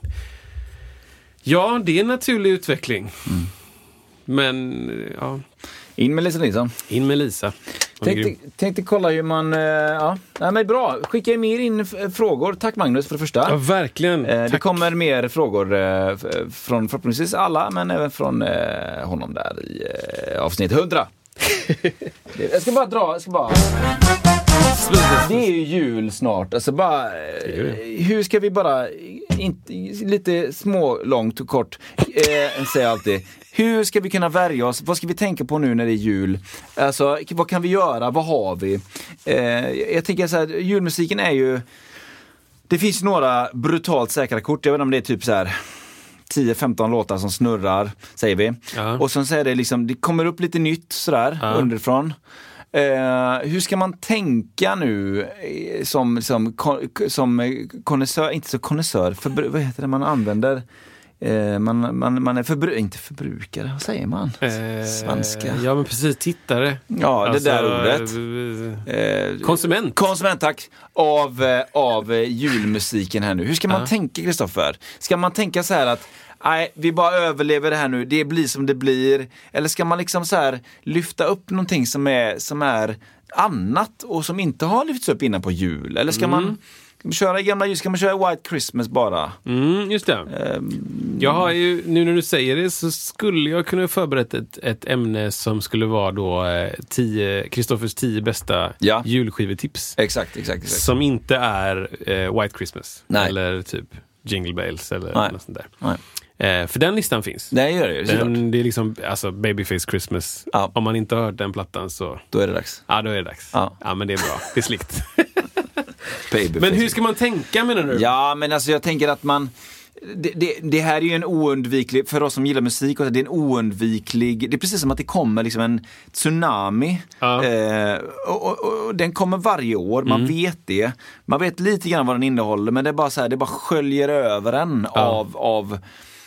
ja, det är en naturlig utveckling. Mm. Men, ja.
In med Lisa Nilsson.
In med Lisa.
Tänkte, tänkte kolla hur man... Ja, nej, men bra. Skicka mer in frågor. Tack Magnus för det första.
Ja, verkligen.
Eh, det kommer mer frågor eh, från förhoppningsvis alla, men även från eh, honom där i eh, avsnitt hundra. Jag ska bara dra, jag ska bara... Det är ju jul snart. Alltså bara, hur ska vi bara, inte, lite små, långt och kort, eh, säger jag alltid. Hur ska vi kunna värja oss? Vad ska vi tänka på nu när det är jul? Alltså, vad kan vi göra? Vad har vi? Eh, jag tänker så här, julmusiken är ju... Det finns några brutalt säkra kort. Jag vet inte om det är typ så här tio femton låtar som snurrar, säger vi. Ja. Och sen säger det liksom, det kommer upp lite nytt sådär, ja. underifrån. Uh, hur ska man tänka nu som, som, som konnässör, inte så konnässör, för, vad heter det man använder? Uh, man, man, man är förbru- inte förbrukare, vad säger man? Uh, Svenska.
Ja, men precis, tittare.
Ja, alltså, det där ordet.
Uh, konsument.
Konsument, tack. Av, av julmusiken här nu. Hur ska man uh. tänka, Kristoffer? Ska man tänka så här att nej, vi bara överlever det här nu. Det blir som det blir. Eller ska man liksom så här lyfta upp någonting som är, som är annat och som inte har lyfts upp innan på jul? Eller ska mm. man köra i gamla jul? Ska man köra White Christmas bara?
Mm, just det. Um, jag har ju, nu när du säger det så skulle jag kunna förbereda ett, ett ämne som skulle vara då eh, tio, Kristoffers tio bästa ja. julskivetips.
Exakt, exakt, exakt.
Som inte är eh, White Christmas.
Nej.
Eller typ Jingle Bells eller
Nej.
något sånt där.
Nej.
Eh, för den listan finns.
Det gör det,
den, det är liksom, alltså Babyface Christmas. Ja. Om man inte har hört den plattan så...
Då är det dags.
Ja, då är det dags.
Ja,
ja men det är bra. Det är slikt. Men hur ska man tänka, menar du?
Ja, men alltså jag tänker att man... Det, det, det här är ju en oundviklig, för oss som gillar musik, och det är en oundviklig, det är precis som att det kommer liksom en tsunami. Ja. Eh, och, och, och den kommer varje år, man mm. vet det. Man vet lite grann vad den innehåller, men det är bara så här, det bara sköljer över en ja. av... av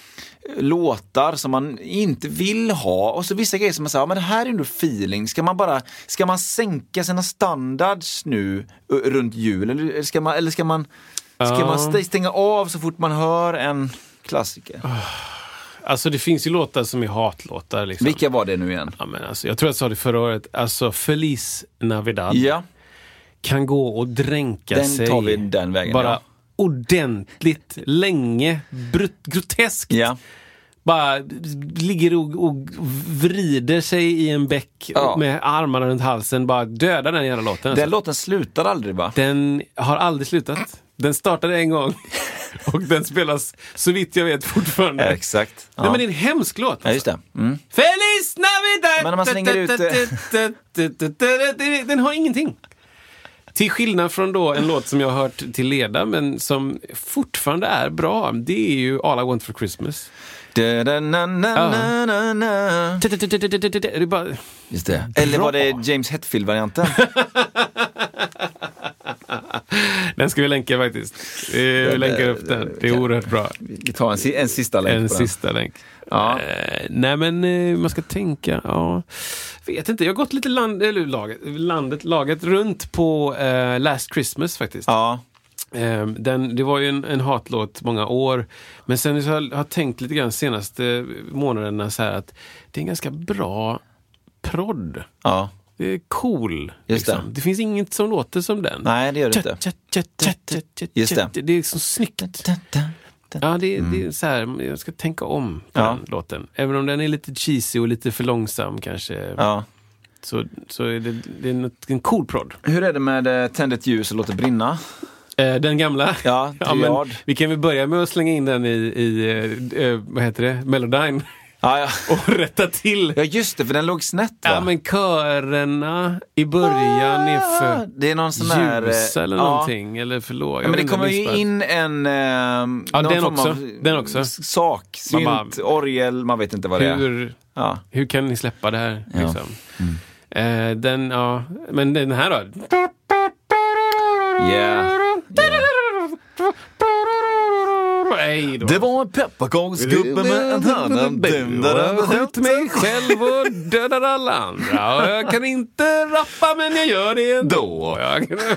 låtar som man inte vill ha, och så vissa grejer som man säger, ja, men det här är ändå feeling. Ska man bara, ska man sänka sina standards nu runt jul, eller ska man, eller ska man ska man stänga av så fort man hör en klassiker?
Alltså det finns ju låtar som är hatlåtar liksom.
Vilka var det nu igen?
Ja, men alltså, jag tror jag sa det förra året. Alltså Feliz Navidad
ja.
kan gå och dränka
den
sig.
Den tar vi den vägen.
Bara
ja.
ordentligt länge, brut- groteskt.
Ja.
Bara ligger och, och vrider sig i en bäck ja. med armarna runt halsen, bara dödar den jävla låten.
Den
alltså.
låten slutar aldrig, va?
Den har aldrig slutat. Den startade en gång och den spelas så vitt jag vet fortfarande.
Ja, exakt.
Ja. Nej, men det är en hemsk låt. Alltså.
Ja, just det. Mm.
Feliz Navidad!
Men när man slänger ut...
Den har ingenting. Till skillnad från då en låt som jag har hört till leda, men som fortfarande är bra. Det är ju All I Want for Christmas.
Da, da, na, na, na, na, na.
Det är bara...
Just det. Eller var det James Hetfield-varianten?
Den ska vi länka faktiskt. Vi länkar upp den. Det är oerhört bra.
Vi tar en, en sista länk.
En
på
sista
den.
länk.
Ja.
Uh, nej men uh, man ska tänka, ja. Vet inte, jag har gått lite land, eller laget, landet, laget runt på uh, Last Christmas faktiskt.
Ja.
Um, den, det var ju en, en hatlåt många år. Men sen så har jag har tänkt lite grann senaste månaderna så här att det är en ganska bra prodd.
Ja.
Det är cool.
Just
liksom.
det.
Det finns inget som låter som den.
Nej, det gör det inte.
Tja, tja, tja, tja, tja,
Just det.
Det är så snyggt. Ja, det, mm. det är så här, jag ska tänka om på
ja.
den låten. Även om den är lite cheesy och lite för långsam kanske.
Ja.
Så, så är det, det är en, en cool prodd.
Hur är det med Tänd ett ljus och låt det brinna?
Eh, den gamla?
Ja,
ja, men vi kan väl börja med att slänga in den i, i eh, vad heter det? Melodyne.
Ja, ja.
Och rätta till.
Ja, just det, för den låg snett, va?
Ja, men körerna i början ah, är för
det är någon sån här
ljus eller
ja.
någonting, eller för låg.
Ja, men det kommer ju in en eh,
ja, den också. Den också.
sak, synt, bara, orgel, man vet inte vad det
hur,
är. Ja.
Hur kan ni släppa det här?
Ja.
Liksom? Mm. Eh, den, ja, men den här då?
Yeah. yeah.
Nej,
det var en pepparkaksgubbe med en hörna.
Jag skjut mig själv och dödar alla andra. Jag kan inte rappa, men jag gör det ändå. Jag kan...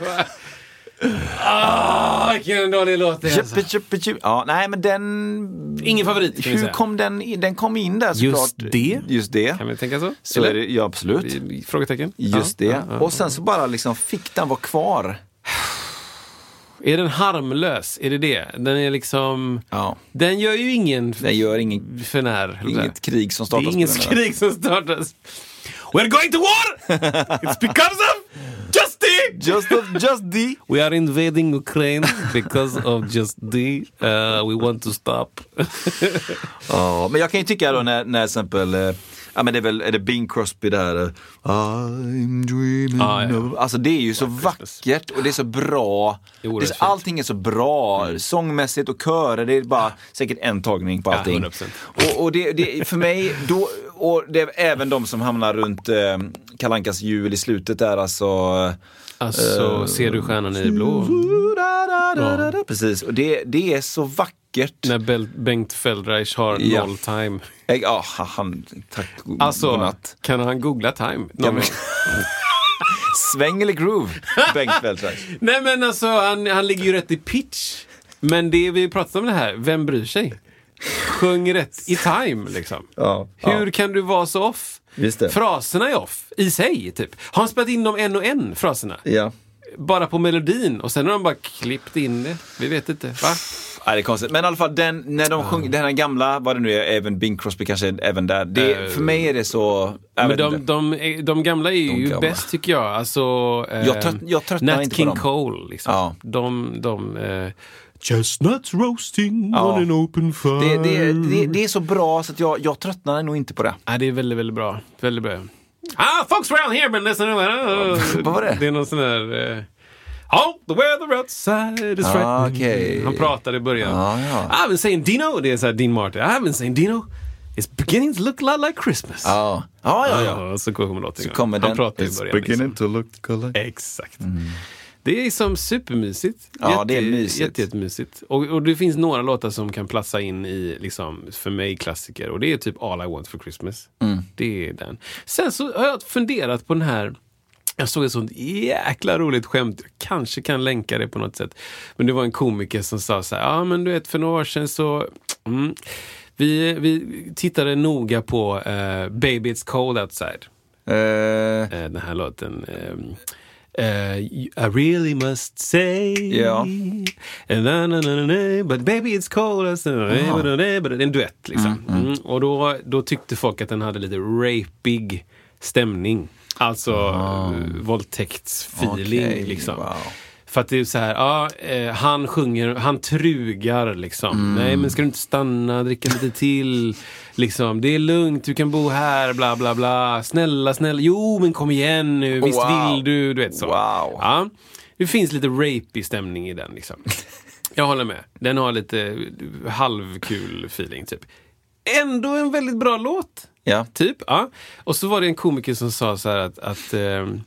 Ah, vilken dålig låt det
alltså. Chup, chup, chup. Ja, nej, men den...
Ingen favorit, kan vi
Hur
säga.
kom den in? Den kom in där såklart.
Just det?
Just det.
Kan vi tänka så?
Så är det, ja, absolut.
Frågetecken?
Just
ja,
det.
Ja, ja,
och sen så bara liksom fick den vara kvar.
Är den harmlös? Är det det? Den är liksom...
Ja.
Den gör ju ingen...
Den gör ingen...
För när.
Inget krig som startas.
Det är inget krig som startas. We're going to war! It's because of just the...
Just, of, just the...
We are invading Ukraine because of just the... Uh, we want to stop.
Ja, men jag kan ju tycka då när, när exempel... Eh, ja, men det är väl är det Bing Crosby där. eh, I'm dreaming
Ah, ja.
of... Alltså det är ju så vackert och det är så bra.
Jo,
det
det
är
är
så, allting är så bra.
Mm.
Sångmässigt och körer. Det är bara säkert en tagning på
Ja,
allting.
hundra procent.
och och det, det för mig då... Och det är även de som hamnar runt eh, Kalle Ankas jul i slutet där. Alltså...
Alltså, uh, ser du stjärnan i blå?
Ja. Precis, och det, det är så vackert.
När Bel- Bengt Feldreich har
Ja.
noll time.
Ja, han... Tack,
Alltså,
godnatt.
kan han googla time?
Ja, men... Sväng eller groove, Bengt Feldreich.
Nej, men alltså, han, han ligger ju rätt i pitch. Men det vi pratar om det här, vem bryr sig? Sjung rätt i time, liksom.
Ja,
Hur
ja.
kan du vara så off?
Just det.
Fraserna är off, i sig, typ. Har han spelat in dem en och en, fraserna?
Ja.
Bara på melodin, och sen har de bara klippt in det. Vi vet inte, va?
Ja, det är konstigt. Men i alla fall, den, när de sjunger, den här gamla, vad det nu är, även Bing Crosby kanske är även där. Det,
Uh,
för mig är det så... Jag
Men
vet
de,
inte.
de, är- de gamla är ju
gamla.
bäst, tycker jag. Alltså, eh,
Jag trött- jag tröttnar
Nat
inte på
King
dem.
Cole, liksom.
Ja.
De, de eh, Chestnuts roasting
Ja.
on an open fire.
Det, det, det, det är så bra så att jag, jag tröttnar nog inte på det.
Ja, det är väldigt, väldigt bra. Väldigt bra. Ah, folks around here been listening. Uh,
Vad var det?
Det är någon sån där... Uh, oh, the weather outside is
Ah,
frightening.
okej.
Han pratade i början.
Ah, ja.
I've been saying Dino. Det är så här Dean Martin. I've been saying Dino. It's beginning to look a lot like Christmas.
Ja, ja, ja. ja.
Ja, så kommer låten.
Så kommer
Han
den.
pratar i
It's
början.
beginning
Liksom.
to look like...
Exakt. Det är som supermysigt.
Ja, det är mysigt.
Jätte, jättemysigt. Och, och det finns några låtar som kan platsa in i, liksom, för mig, klassiker. Och det är typ All I Want for Christmas.
Mm.
Det är den. Sen så har jag funderat på den här. Jag såg ett sånt jäkla roligt skämt. Jag kanske kan länka det på något sätt. Men det var en komiker som sa så här. Ja, men du vet, för några år sedan så... Mm, vi, vi tittade noga på uh, Baby It's Cold Outside.
Eh,
Uh, den här låten. Um, uh, I really must say.
Ja.
Na, na, na, na, na, but baby it's cold. outside. Det är en duett, liksom. Mm, mm. Och då, då tyckte folk att den hade lite rapig stämning. Alltså uh, våldtäktsfeeling,
Okej,
liksom.
wow.
För att det är så här, ja, eh, han sjunger, han trugar liksom.
Mm.
Nej, men ska du inte stanna, dricka lite till? Liksom, det är lugnt, du kan bo här, bla bla bla. Snälla, snälla, jo men kom igen nu, visst
Wow.
vill du, du vet så.
Wow.
Ja, det finns lite rapey stämning i den, liksom. Jag håller med. Den har lite halvkul feeling, typ. Ändå en väldigt bra låt.
Ja.
Typ, ja. Och så var det en komiker som sa så här att... att ehm,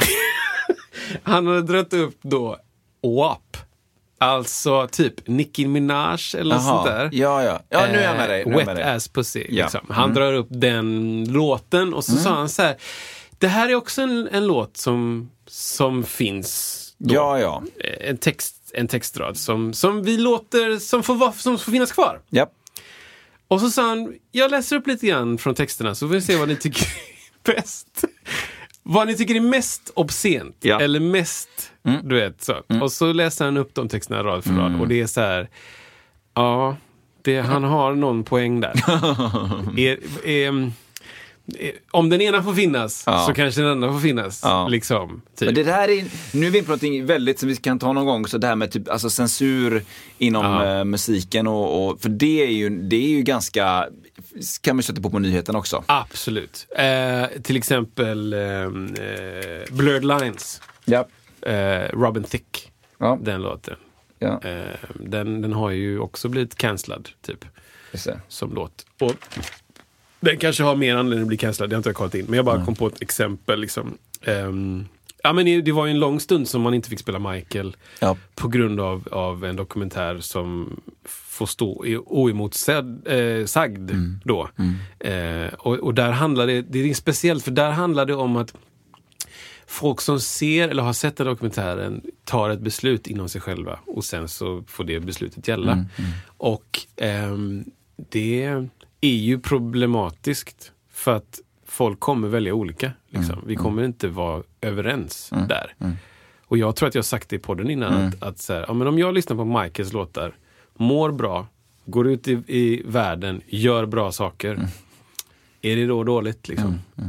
han hade dragit upp då W A P. Alltså typ Nicki Minaj eller
Jaha.
sånt där.
Ja, ja. Ja, nu är jag med dig. Nu är jag
Wet
med dig.
Ass Pussy.
Ja.
Liksom. Han
Mm.
drar upp den låten och så sa han så här. Det här är också en, en låt som, som finns då.
Ja, ja.
En, text, en textrad som, som vi låter som får, vara, som får finnas kvar.
Ja.
Och så sa han, jag läser upp lite grann från texterna så får vi se vad ni tycker är bäst. Vad ni tycker är mest obscent.
Ja.
Eller mest,
Mm.
du vet så. Mm. Och så läser han upp de texterna rad för rad.
Mm.
Och det är så här, ja, det, han har någon poäng där. är, är, är, om den ena får finnas
Ja.
så kanske den andra får finnas.
Ja.
Liksom, typ.
Men det där är, nu är vi på någonting väldigt som vi kan ta någon gång, så det här med typ, alltså censur inom
Ja.
eh, musiken och, och för det är ju, det är ju ganska, kan man sätta på på nyheten också.
Absolut. Eh, till exempel eh, eh, Blurred Lines.
Ja.
Eh, Robin Thicke.
Ja.
Den låten.
Ja.
Eh, den, den har ju också blivit cancellad typ.
Just det.
Som låt. Och den kanske har mer anledning att bli cancellad. Det har inte jag kollat in. Men jag bara mm. kom på ett exempel liksom. Um, ja, men det var ju en lång stund som man inte fick spela Michael.
Ja.
På grund av, av en dokumentär som får stå oemotsagd eh, sagd
Mm.
då.
Mm.
Eh, och, och där handlar det, det är speciellt för där handlar det om att folk som ser eller har sett den dokumentären tar ett beslut inom sig själva och sen så får det beslutet gälla.
Mm, mm.
Och ehm, det är ju problematiskt för att folk kommer välja olika. Liksom.
Mm,
Vi kommer inte vara överens
Mm,
där.
mm.
Och jag tror att jag har sagt det i podden innan
Mm.
att, att så här, ja, men om jag lyssnar på Michaels låtar, mår bra, går ut i, i världen, gör bra saker.
Mm.
Är det då dåligt liksom?
Mm, mm.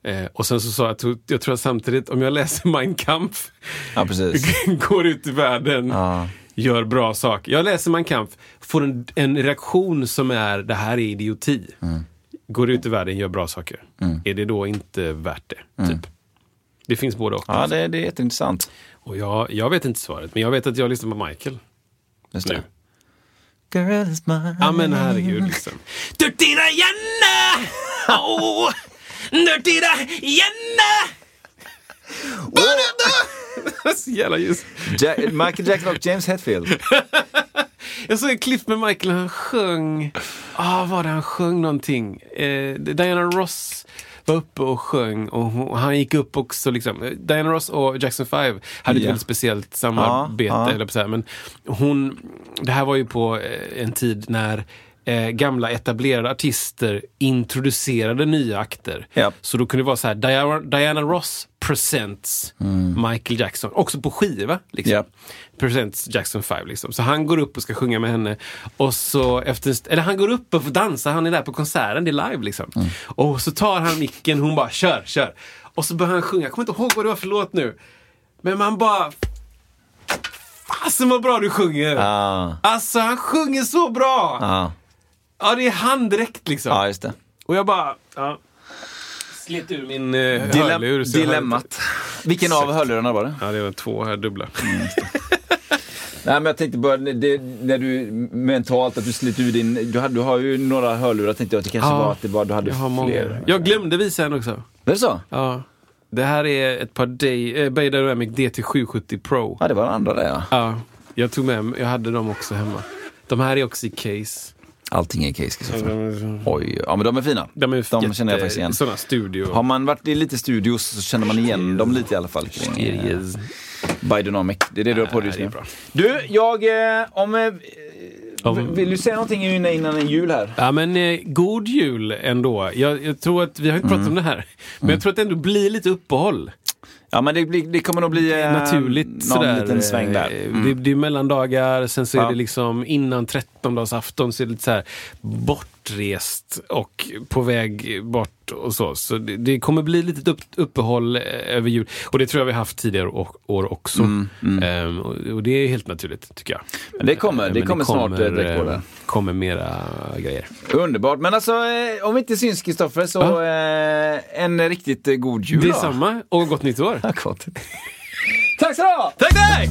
Eh, och sen så sa jag att jag tror att samtidigt, om jag läser Mein Kampf,
ja, precis.
går ut i världen,
ja.
gör bra saker. Jag läser Mein Kampf, får en, en reaktion som är, det här är idioti. Mm. Går ut i världen, gör bra saker. Mm. Är det då inte värt det?
Mm.
Typ. Det finns både och.
Ja, det, det är jätteintressant.
Och jag, jag vet inte svaret, men jag vet att jag lyssnar på Michael.
Just det.
Nu.
Girl is mine.
Ja, men herregud liksom. Dirtida Janna! Oh, dirtida Janna! Så jävla just.
Ja- Michael Jackson och James Hetfield.
Jag såg ett klipp med Michael, han sjöng. Ah, var det han sjöng någonting? Eh, Diana Ross var uppe och sjöng och hon, han gick upp också liksom. Diana Ross och Jackson five hade ett
Ja.
väldigt speciellt samarbete,
Ja, ja.
eller så här, men hon, det här var ju på eh, en tid när eh, gamla etablerade artister introducerade nya akter.
Ja.
Så då kunde det vara så här, Diana, Diana Ross presents Michael Jackson, också på skiva liksom.
Ja.
Presents Jackson five liksom. Så han går upp och ska sjunga med henne och så efter, eller han går upp och får dansa, han är där på konserten, det är live liksom. Mm. Och så tar han micken, hon bara kör, kör. Och så börjar han sjunga, jag kommer inte ihåg vad det var för låt nu. Men man bara, fasen vad bra du sjunger.
Ah.
Alltså han sjunger så bra.
Ah.
Ja, det är han direkt liksom.
Ja, just det.
Och jag bara, ja, slet ur min eh,
Dile-
hörlur. så jag
dilemmat. Vilken av hörlurarna var det?
hörde- Ja, det var två här dubbla.
Nej, men jag tänkte bara, det, när du mentalt att du slit ur din, du, hade, du har ju några hörlurar, tänkte jag att det kanske
Ja,
var att det var, du hade
Jag har
fler.
många. Jag glömde visa en också.
Är det så?
Ja. Det här är ett par Day, eh, Beideroamic D T sju sjuttio Pro.
Ja, det var den andra där, ja.
Ja, jag tog med, jag hade dem också hemma. De här är också i case.
Allting är case i så fall. Oj, ja men de är fina.
De är
De känner jag faktiskt igen.
sådana studio.
Har man varit i lite studios så känner man igen dem lite i alla fall. Kring, eh,
Yes.
Biodynamic, det är det du har på dig just
det är
nu.
bra.
Du, jag, eh, om, eh,
Om-
vill du säga någonting innan, innan en jul här?
Ja, men eh, god jul ändå. Jag, jag tror att, vi har inte pratat
Mm.
om det här, men jag tror att det ändå blir lite uppehåll.
Ja, men det, blir, det kommer nog bli eh,
Naturligt
någon
sådär.
liten sväng där.
eh,
Mm.
Det, det är mellandagar, sen så
Ja.
är det liksom innan trettondagsafton så är det lite så här bortrest och på väg bort och så. Så det, det kommer bli lite upp, uppehåll eh, över jul. Och det tror jag vi har haft tidigare år, år också.
Mm, mm.
Ehm, och, och det är helt naturligt, tycker jag.
Men det kommer,
Ehm,
det
men
kommer snart eh, direkt på
eh,
det.
kommer mera grejer.
Underbart, men alltså eh, om vi inte syns Kristoffer så
Ja.
eh, en riktigt eh, god jul
Det är
då.
samma, och gott nytt år.
Ja, gott. Tack så du ha!
Tack, tack!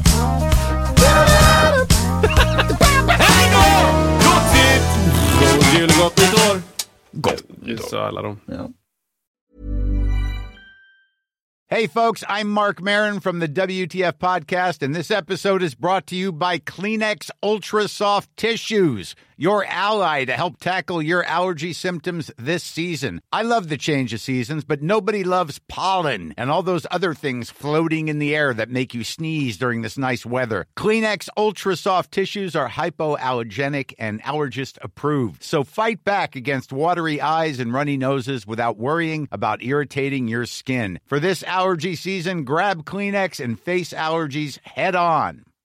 Hej då! Gott nytt! God jul och gott nytt år! Gott nytt år. Så alla de.
Ja.
Hey, folks, I'm Mark Maron from the W T F Podcast, and this episode is brought to you by Kleenex Ultra Soft Tissues, your ally to help tackle your allergy symptoms this season. I love the change of seasons, but nobody loves pollen and all those other things floating in the air that make you sneeze during this nice weather. Kleenex Ultra Soft Tissues are hypoallergenic and allergist approved, so fight back against watery eyes and runny noses without worrying about irritating your skin. For this allergy season, grab Kleenex and face allergies head on.